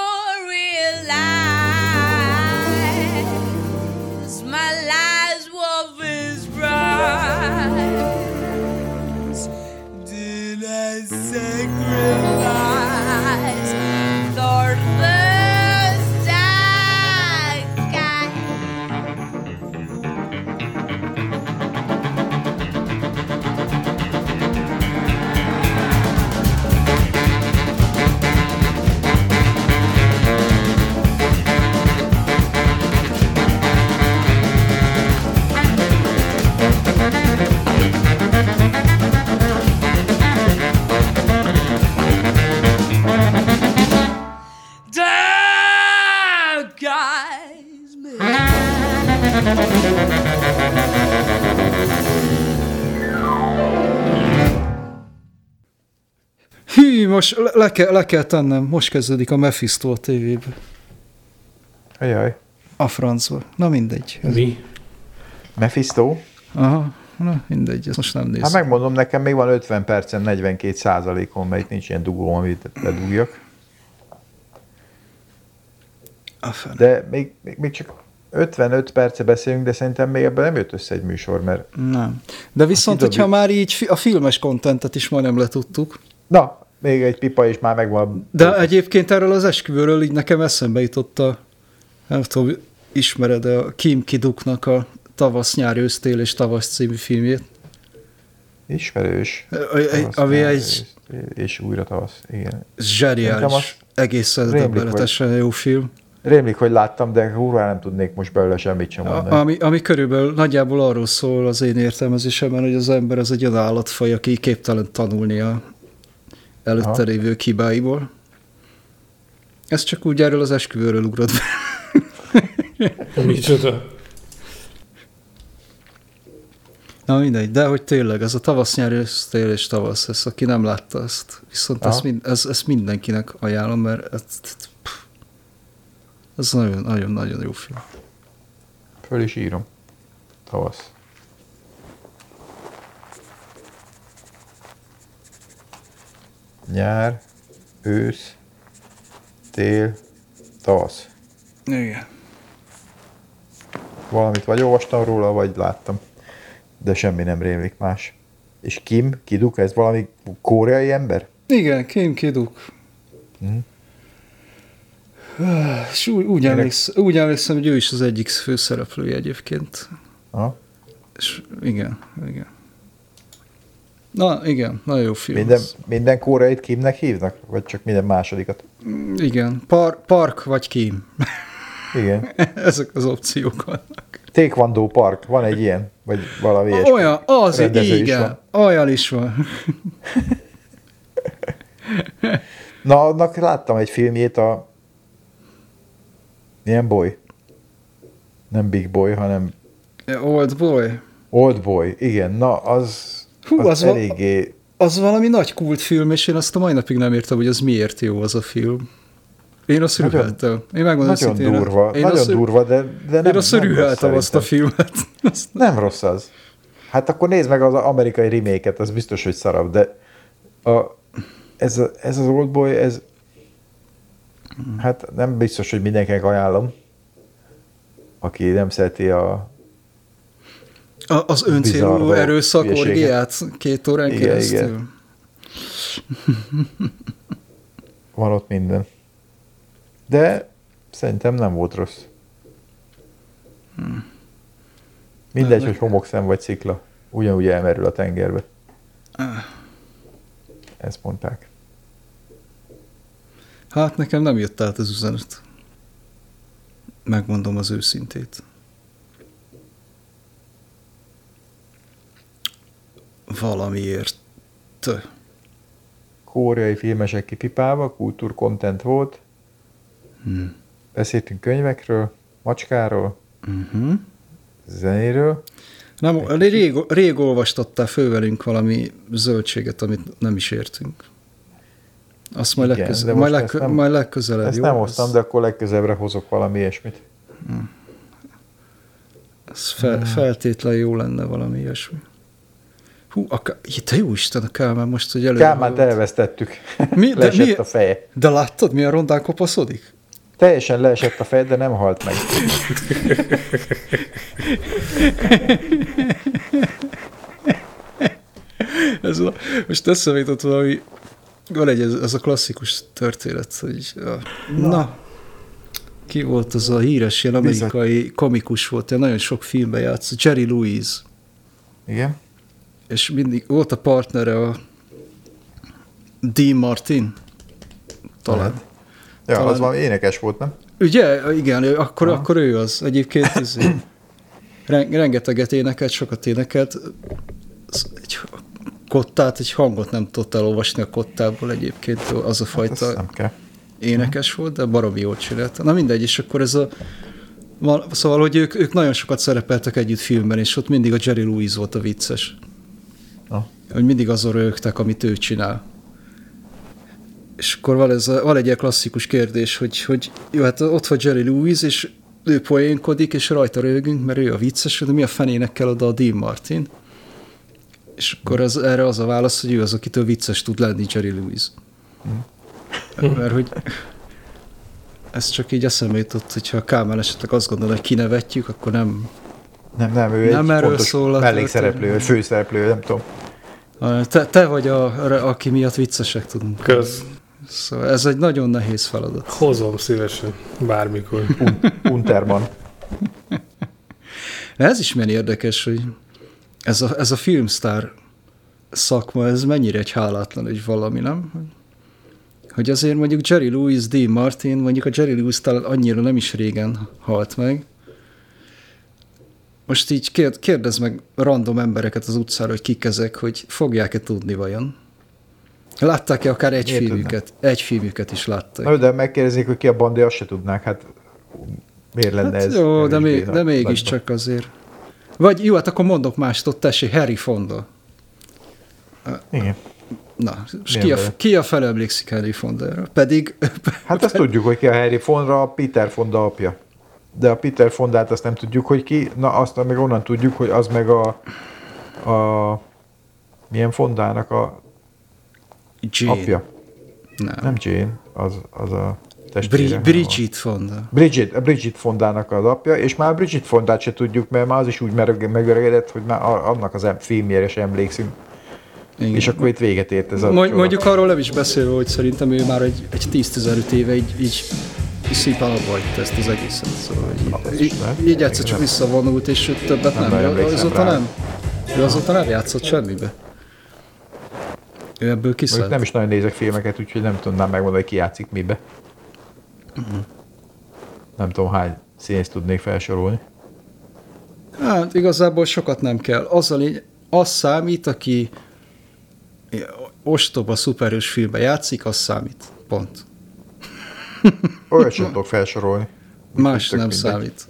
realize my life's wolf is prize. Did I sacrifice the first dark eyes, most le kell tennem, most kezdődik a Mephisto a tévébe. Ajaj. A francba. Na mindegy. Mi? Mephisto? Aha, na mindegy, ezt most nem nézem. Hát megmondom, nekem még van 50 percen 42%-on, mert itt nincs ilyen dugó, amit ledugjak. De még csak 55 perce beszélünk, de szerintem még ebben nem jött össze egy műsor, mert... Nem. De viszont, hogyha már így a filmes kontentet is majdnem letudtuk. Na, még egy pipa, és már megvan. De egyébként erről az esküvőről így nekem eszembe jutott nem tudom, ismered a Kim Ki-duknak a Tavasz, nyár, ősztél és tavasz című filmjét? Ismerős. Ami egy... És újra tavasz, igen. Zseniális, egészen döbbenetesen jó film. Rémlik, hogy láttam, de hurrá nem tudnék most belőle semmit sem mondani. Ami körülbelül nagyjából arról szól az én értelmezésemben, hogy az ember az egy olyan állatfaj, aki képtelen tanulni a előtte lévő hibáiból. Ez csak úgy erről az esküvőről ugrott be. Micsoda? Na mindegy, de hogy tényleg, ez a tavasz, nyár, ősztél és tavasz, ezt aki nem látta ezt, viszont ezt mindenkinek ajánlom, mert ez nagyon-nagyon jó film. Föl is írom. Tavasz. Nyár, ősz, tél, tavasz. Igen. Valamit vagy olvastam róla, vagy láttam. De semmi nem rémlik más. És Kim Ki-duk, ez valami koreai ember? Igen, Kim Ki-duk. És úgy emlékszem, hogy ő is az egyik főszereplője egyébként. Aha. És igen. Na, igen, nagyon jó film. Minden koreait Kimnek hívnak? Vagy csak minden másodikat? Igen, Park vagy Kim. Igen. Ezek az opciók vannak. Taekwondo Park, van egy ilyen? Vagy valami ilyesmi? Olyan, az, rendező igen, is olyan is van. Na, annak láttam egy filmjét milyen boy? Nem Big Boy, hanem... Old Boy. Old Boy, igen. Na, az eléggé... Az valami nagy kultfilm, és én azt a mai napig nem értem, hogy az miért jó az a film. Én azt rüheltem. Én megmondom nagyon durva, durva, de nem. Én azt rüheltem azt a filmet. Nem rossz az. Hát akkor nézd meg az amerikai remake-et, az biztos, hogy szarabb, de ez az Old Boy, hát nem biztos, hogy mindenkinek ajánlom, aki nem szereti az öncélú erőszakorgiát 2 órán keresztül. Igen. Van ott minden. De szerintem nem volt rossz. Mindegy, hogy homokszem vagy szikla. Ugyanúgy elmerül a tengerbe. Ezt mondták. Hát nekem nem jött át az üzenet. Megmondom az őszintét. Valamiért. Koreai filmesek kipipálva, kultúrkontent volt. Beszéltünk könyvekről, macskáról, zenéről. Rég olvastattál föl velünk valami zöldséget, amit nem is értünk. Azt majd legközelebb. Ezt nem hoztam, de akkor legközelebbre hozok valami ilyesmit. Ez feltétlenül jó lenne valami ilyesmi. Hú, te jó Isten, a Kálmán most, hogy előre Kálmánt elvesztettük. Leesett a feje. De láttad, milyen rondán kopaszodik? Teljesen leesett a feje, de nem halt meg. Most eszembe jutott valami, van ez a klasszikus történet, hogy na, ki volt az a híres, ilyen amerikai komikus volt, ilyen nagyon sok filmben játszott, Jerry Lewis. Igen. És mindig volt a partnere a Dean Martin, talán. Ja, talán. Az valami énekes volt, nem? Ugye? Igen, akkor ő az. Egyébként rengeteget énekelt, sokat énekelt. Egy kottát, egy hangot nem tudott elolvasni a kottából egyébként. Az a fajta énekes volt, de baromi jól csinálta. Na mindegy, és akkor szóval, hogy ők nagyon sokat szerepeltek együtt filmben, és ott mindig a Jerry Lewis volt a vicces. Hogy mindig azon röhögtek, amit ő csinál. És akkor van egy ilyen klasszikus kérdés, hogy jó, hát ott van Jerry Lewis, és ő poénkodik, és rajta rögünk, mert ő a vicces, de mi a fenének kell oda a Dean Martin? És akkor erre az a válasz, hogy ő az, akitől vicces tud lenni Jerry Lewis. Mert hogy ez csak így eszembe jutott, hogyha a Kálmán esetleg azt gondol, hogy kinevetjük, akkor nem... Nem, ő nem egy erről fontos szól a mellékszereplő, vagy főszereplő, nem tudom. Te vagy aki miatt viccesek tudunk. Kösz. Szóval ez egy nagyon nehéz feladat. Hozom szívesen, bármikor. Unterman. Ez is milyen érdekes, hogy ez a filmsztár szakma, ez mennyire egy hálátlan, hogy valami, nem? Hogy azért mondjuk Jerry Lewis, Dean Martin, mondjuk a Jerry Lewis talán annyira nem is régen halt meg. Most így kérdezd meg random embereket az utcára, hogy kik ezek, hogy fogják-e tudni vajon? Látták-e akár egy filmüket? Egy filmüket is látták. Na, de megkérdezik, hogy ki a Bandi, azt se tudnák, hát miért lenne hát ez? Jó, de mégiscsak azért. Vagy jó, hát akkor mondok mást, ott tessék, Harry Fonda. Igen. Na, és ki a fele emlékszik Harry Fondára? Pedig... Hát azt tudjuk, hogy ki a Harry Fonda, a Peter Fonda apja. De a Peter Fondát azt nem tudjuk, hogy ki. Na, azt meg onnan tudjuk, hogy az meg a milyen Fondának a Jane. apja. Nem Jane, az a testvére. Bridget Fonda. Bridget Fondának az apja, és már Bridget Fondát se tudjuk, mert már az is úgy megöregedett, hogy már annak az filmjére sem emlékszünk. Igen. És akkor itt véget ért ez a mondjuk arról nem is beszélve, hogy szerintem ő már egy 10-15 éve így szépen abba hagyta ezt az egészet. Szóval így egyszer csak visszavonult, és többet nem. Ő azóta nem játszott semmibe. Ő ebből kiszállt. Nem is nagyon nézek filmeket, úgyhogy nem tudnám megmondani, hogy ki játszik mibe. Nem tudom, hány színészt tudnék felsorolni. Hát igazából sokat nem kell. Az számít, aki ostoba szuperhős filmben játszik, az számít. Pont. Olyat sem tudok felsorolni. Más nem számít.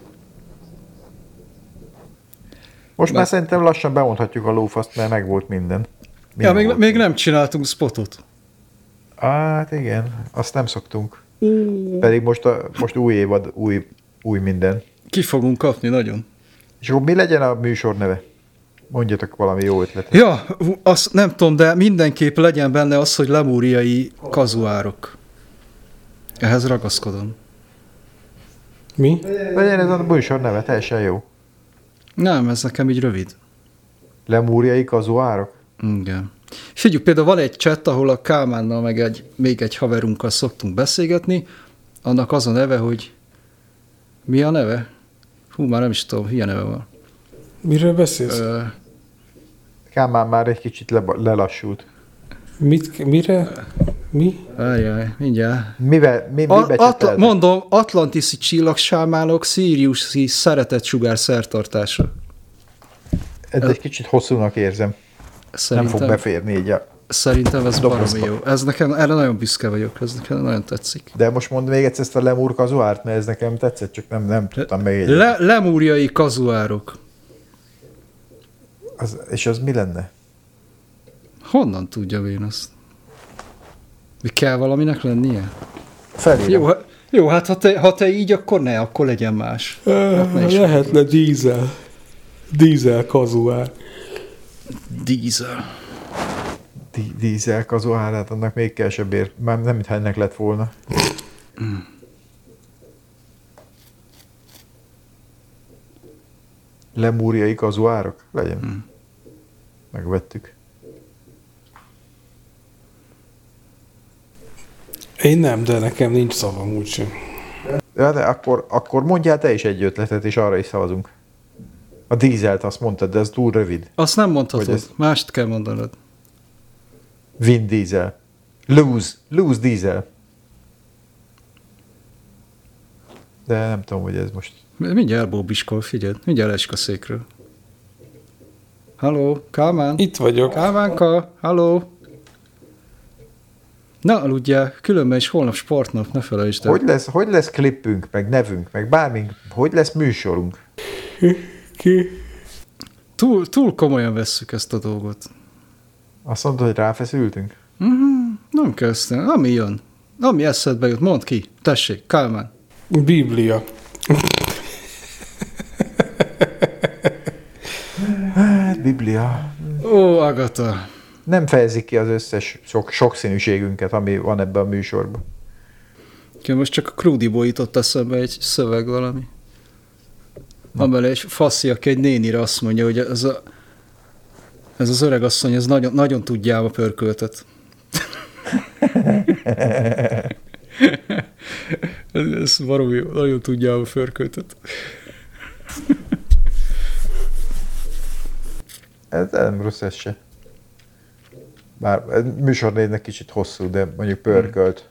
Most már szerintem lassan bemondhatjuk a lófaszt, mert megvolt minden. Még nem csináltunk spotot. Hát igen, azt nem szoktunk. Pedig most új évad, új minden. Ki fogunk kapni nagyon. És akkor mi legyen a műsor neve? Mondjatok valami jó ötletet. Ja, azt nem tudom, de mindenképp legyen benne az, hogy lemúriai kazuárok. Ehhez ragaszkodom. Mi? Legyen ez a műsor neve, teljesen jó. Nem, ez nekem így rövid. Lemúriai kazuárok? Igen. Figyelj, például van egy chat, ahol a Kálmánnal meg még egy haverunkkal szoktunk beszélgetni, annak az a neve, hogy mi a neve? Hú, már nem is tudom, milyen neve van. Miről beszélsz? Kálmán már egy kicsit lelassult. Mire? Mi? Várjál, mindjárt. Mibe cseteltek? Mondom, atlantiszi csillagsámánok, Siriuszi szeretett sugár szertartása. Ez egy kicsit hosszúnak érzem. Nem fog beférni így Szerintem ez baromi jó. Erre nagyon büszke vagyok, ez nekem nagyon tetszik. De most mondd még egyszer ezt a lemúr kazuárt, mert ez nekem tetszett, csak nem tudtam meg. Lemúriai kazuárok. És az mi lenne? Honnan tudjam én azt? Mi kell valaminek lennie? Felírem. Jó, hát ha te így, akkor akkor legyen más. Lehetne dízel kazuár. Dízel. Dízel kazuár, hát annak még kevesebb ér. Már nem mintha ennek lett volna. Lemúriai kazuárok? Legyen. Megvettük. Én nem, de nekem nincs szavam úgysem. Ja, de akkor mondjál te is egy ötletet, és arra is szavazunk. A dízelt azt mondtad, de ez túl rövid. Azt nem mondhatod, mást kell mondanod. Vin Diesel. Lose Diesel. De nem tudom, hogy ez most... Mindjárt elbóbiskol, figyeld. Mindjárt esik a székről. Halló, Kálmán? Itt vagyok. Kálmánka, halló. Na, aludjál, különben is holnap sportnap, ne felejtsd el. Hogy lesz klippünk, meg nevünk, meg bármink? Hogy lesz műsorunk? Ki? Túl komolyan vesszük ezt a dolgot. Azt mondod, hogy ráfeszültünk? Nem kezdtem. Ami jön. Ami eszedbe jut, mondd ki. Tessék, Kálmán. Biblia. Hát, Biblia. Ó, Agata. Nem fejezik ki az összes sokszínűségünket, ami van ebben a műsorban. Most csak a Krúdiból jutott eszembe egy szöveg valami. Amellé egy faszi, aki egy nénire azt mondja, hogy ez az öreg asszony, ez nagyon, nagyon tudja a pörköltet. Ez valami, nagyon tudja a pörköltet. Ez nem rossz ez se. Bár műsornéznek kicsit hosszú, de mondjuk pörkölt.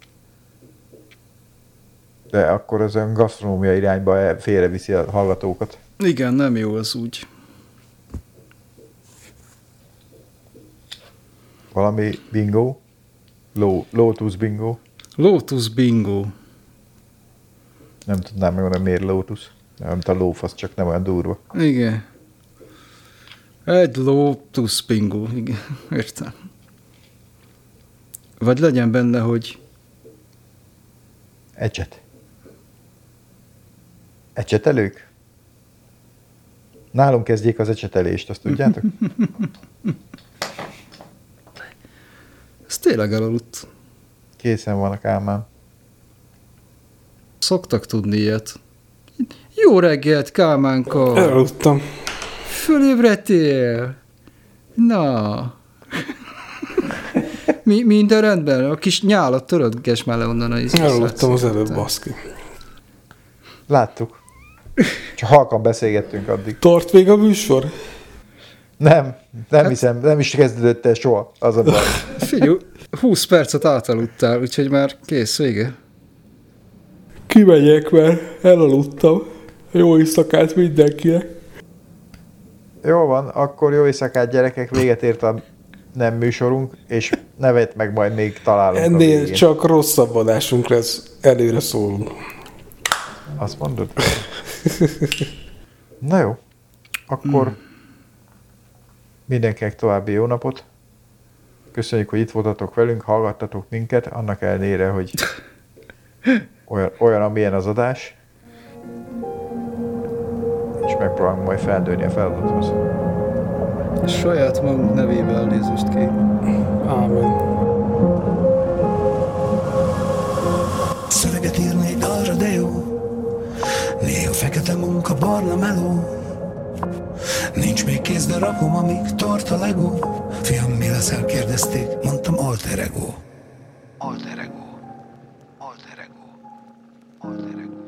De akkor az olyan gasztronómia irányba félreviszi a hallgatókat. Igen, nem jó az úgy. Valami bingo? Lotus bingo? Lotus bingo. Nem tudnám megmondani, miért Lotus. Nem, a lófasz, csak nem olyan durva. Igen. Egy Lotus bingo. Igen, értem. Vagy legyen benne, hogy... Ecset. Ecsetelők? Nálunk kezdjék az ecsetelést, azt tudjátok? Ez tényleg elaludt. Készen van a Kálmán. Szoktak tudni ilyet. Jó reggelt, Kálmánka! Elaludtam. Fölébredtél? Na... Minden rendben? A kis nyálat törödges már le onnan a izé. Elaludtam az előbb, baszki. Láttuk. Csak halkan beszélgettünk addig. Tart még a műsor? Nem hiszem, nem is kezdődött el soha, az a baj. Figyelj, 20 percet átaludtál, úgyhogy már kész, vége. Kimegyek, mert elaludtam. Jó éjszakát mindenkinek. Jó van, akkor jó éjszakát, gyerekek, véget ért a nem műsorunk, és nevet meg majd még találunk. Ennél csak rosszabb adásunk lesz, előre szólunk. Azt mondod? Na jó, akkor mindenkinek további jó napot. Köszönjük, hogy itt voltatok velünk, hallgattatok minket, annak ellenére, hogy olyan amilyen az adás. És megpróbálunk majd felnőni a feladathoz. Saját magunk nevébe elnézést kérem. Ámen. Szöveget írni egy dalra, de jó. Néha fekete munka, barna meló. Nincs még kész, de rakom, amíg tart a Lego. Fiam, mi leszel, kérdezték, mondtam alter ego. Alter ego. Alter ego. Alter ego.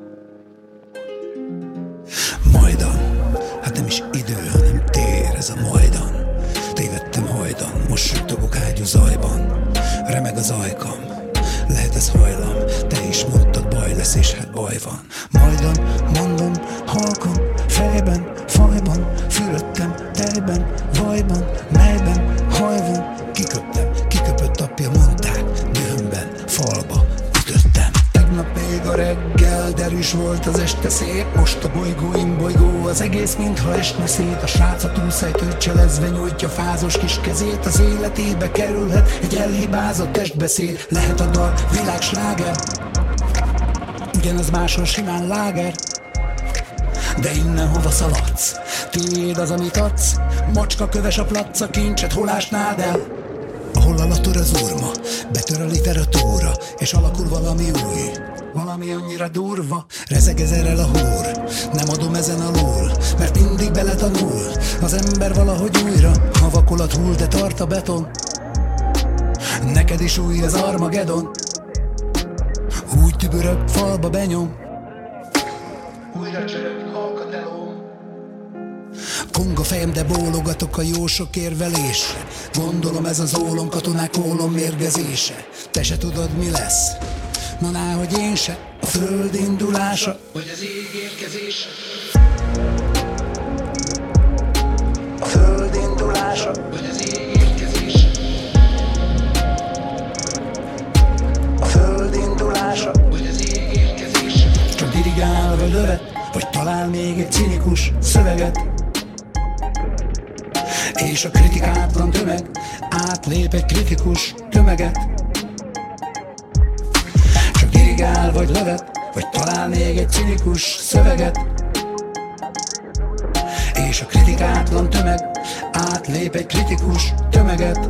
Majdan, hát nem is idő, hanem tér ez a Majdan. Tévedtem hajdan, most suttogok ágyú zajban. Remeg az ajkam, lehet ez hajlam. Te is mondtad, baj lesz, és hát baj van. Majdan, mondom, halkon, fejben, fajban, fürödtem, tejben, vajban, melyben, hajban. Kiköpött apja, mondták, dühömben, falba ütöttem. Tegnap még a reggel derűs volt, az este szép. Most a bolygóim bolygó, az egész mintha esne szét. A srác a túlszájt cselezve nyújtja fázos kis kezét. Az életébe kerülhet egy elhibázott testbeszéd. Lehet a dal világsláger, ugyanaz máshol simán láger. De innen hova szaladsz? Tiéd az, amit adsz. Macska köves a placca, kincset hol ásnád el? Ahol alatör az urma, betör a literatúra, és alakul valami új, valami annyira durva. Rezeg ezerrel a húr, nem adom ezen alul, mert mindig beletanul az ember valahogy újra. Ha vakolat hull, de tart a beton, neked is új az Armageddon. Úgy tübörög, falba benyom, újra csörög halka telóm. Konga fejem, de bólogatok a jó sok érvelésre. Gondolom ez az ólom katonák ólom mérgezése. Te se tudod, mi lesz, na náhogy én se. A föld indulása, vagy az ég érkezése. A föld indulása, vagy az ég érkezése. A föld indulása, vagy az ég érkezése. Csak dirigál vagy lövet, vagy talál még egy cinikus szöveget. És a kritikátlan tömeg átlép egy kritikus tömeget. dirigál vagy lövet, vagy talál még egy cinikus szöveget. És a kritikátlan tömeg átlép egy kritikus tömeget.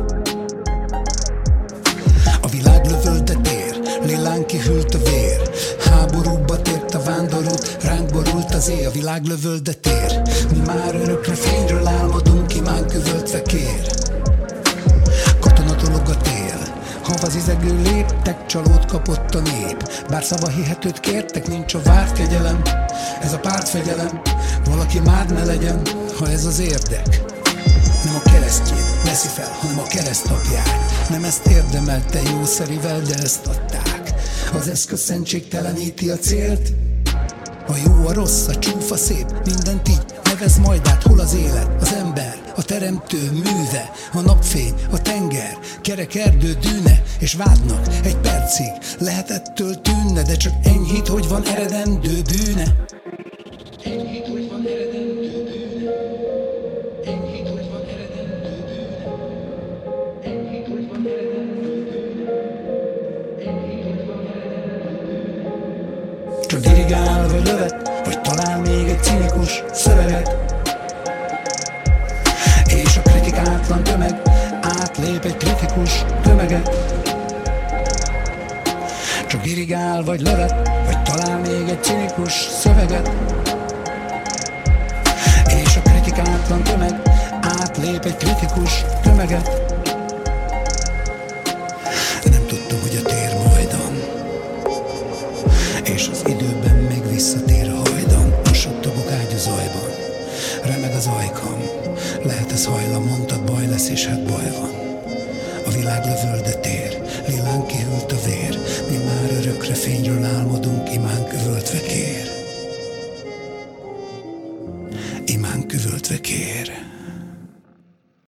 A világ lövölte tér, lilán kihűlt a vér, háborúba tért a vándorút, ránk borult az éj. A világ lövölte tér, mi már örökre fényről álmodunk, imánk üvöltve kér. Katonatolog a tél, havazizegő léptek, csalót kapott a nép. Bár szavahihetőt kértek, nincs a várt kegyelem, ez a pártfegyelem. Valaki már ne legyen, ha ez az érdek. Nem a keresztjét veszi fel, hanem a keresztapját. Nem ezt érdemelte jószerivel, de ezt adták. Az eszköz szentségteleníti a célt. A jó, a rossz, a csúfa szép, mindent így nevez majd át. Hol az élet, az ember, a teremtő műve, a napfény, a tenger, kerek erdő dűne. És vádnak egy percig, lehet ettől tűnne, de csak enyhít, hogy van eredendő bűne. Enyhít, hogy van eredendő bűne. Enyhít, hogy van eredendő bűne. Enyhít, hogy van eredendő bűne. Enyhít, hogy van eredendő bűne. Csak dirigál vagy lövet, vagy talál még egy cinikus szöveget. És a kritikátlan tömeg átlép egy kritikus tömeget. Csak dirigál vagy lövet, vagy talál még egy cinikus szöveget. És a kritikátlan tömeg átlép egy kritikus tömeget. Nem tudtam, hogy a tér majdan, és az időben még visszatér a hajdan. Mosottogok ágyú zajban, remeg az ajkam. Lehet ez hajlam, mondtad, baj lesz, és hát baj van. A világ lövölde tér, lilán kihűlt a vér. Mi már örökre fényről álmodunk, imánk üvöltve kér. Imánk üvöltve kér.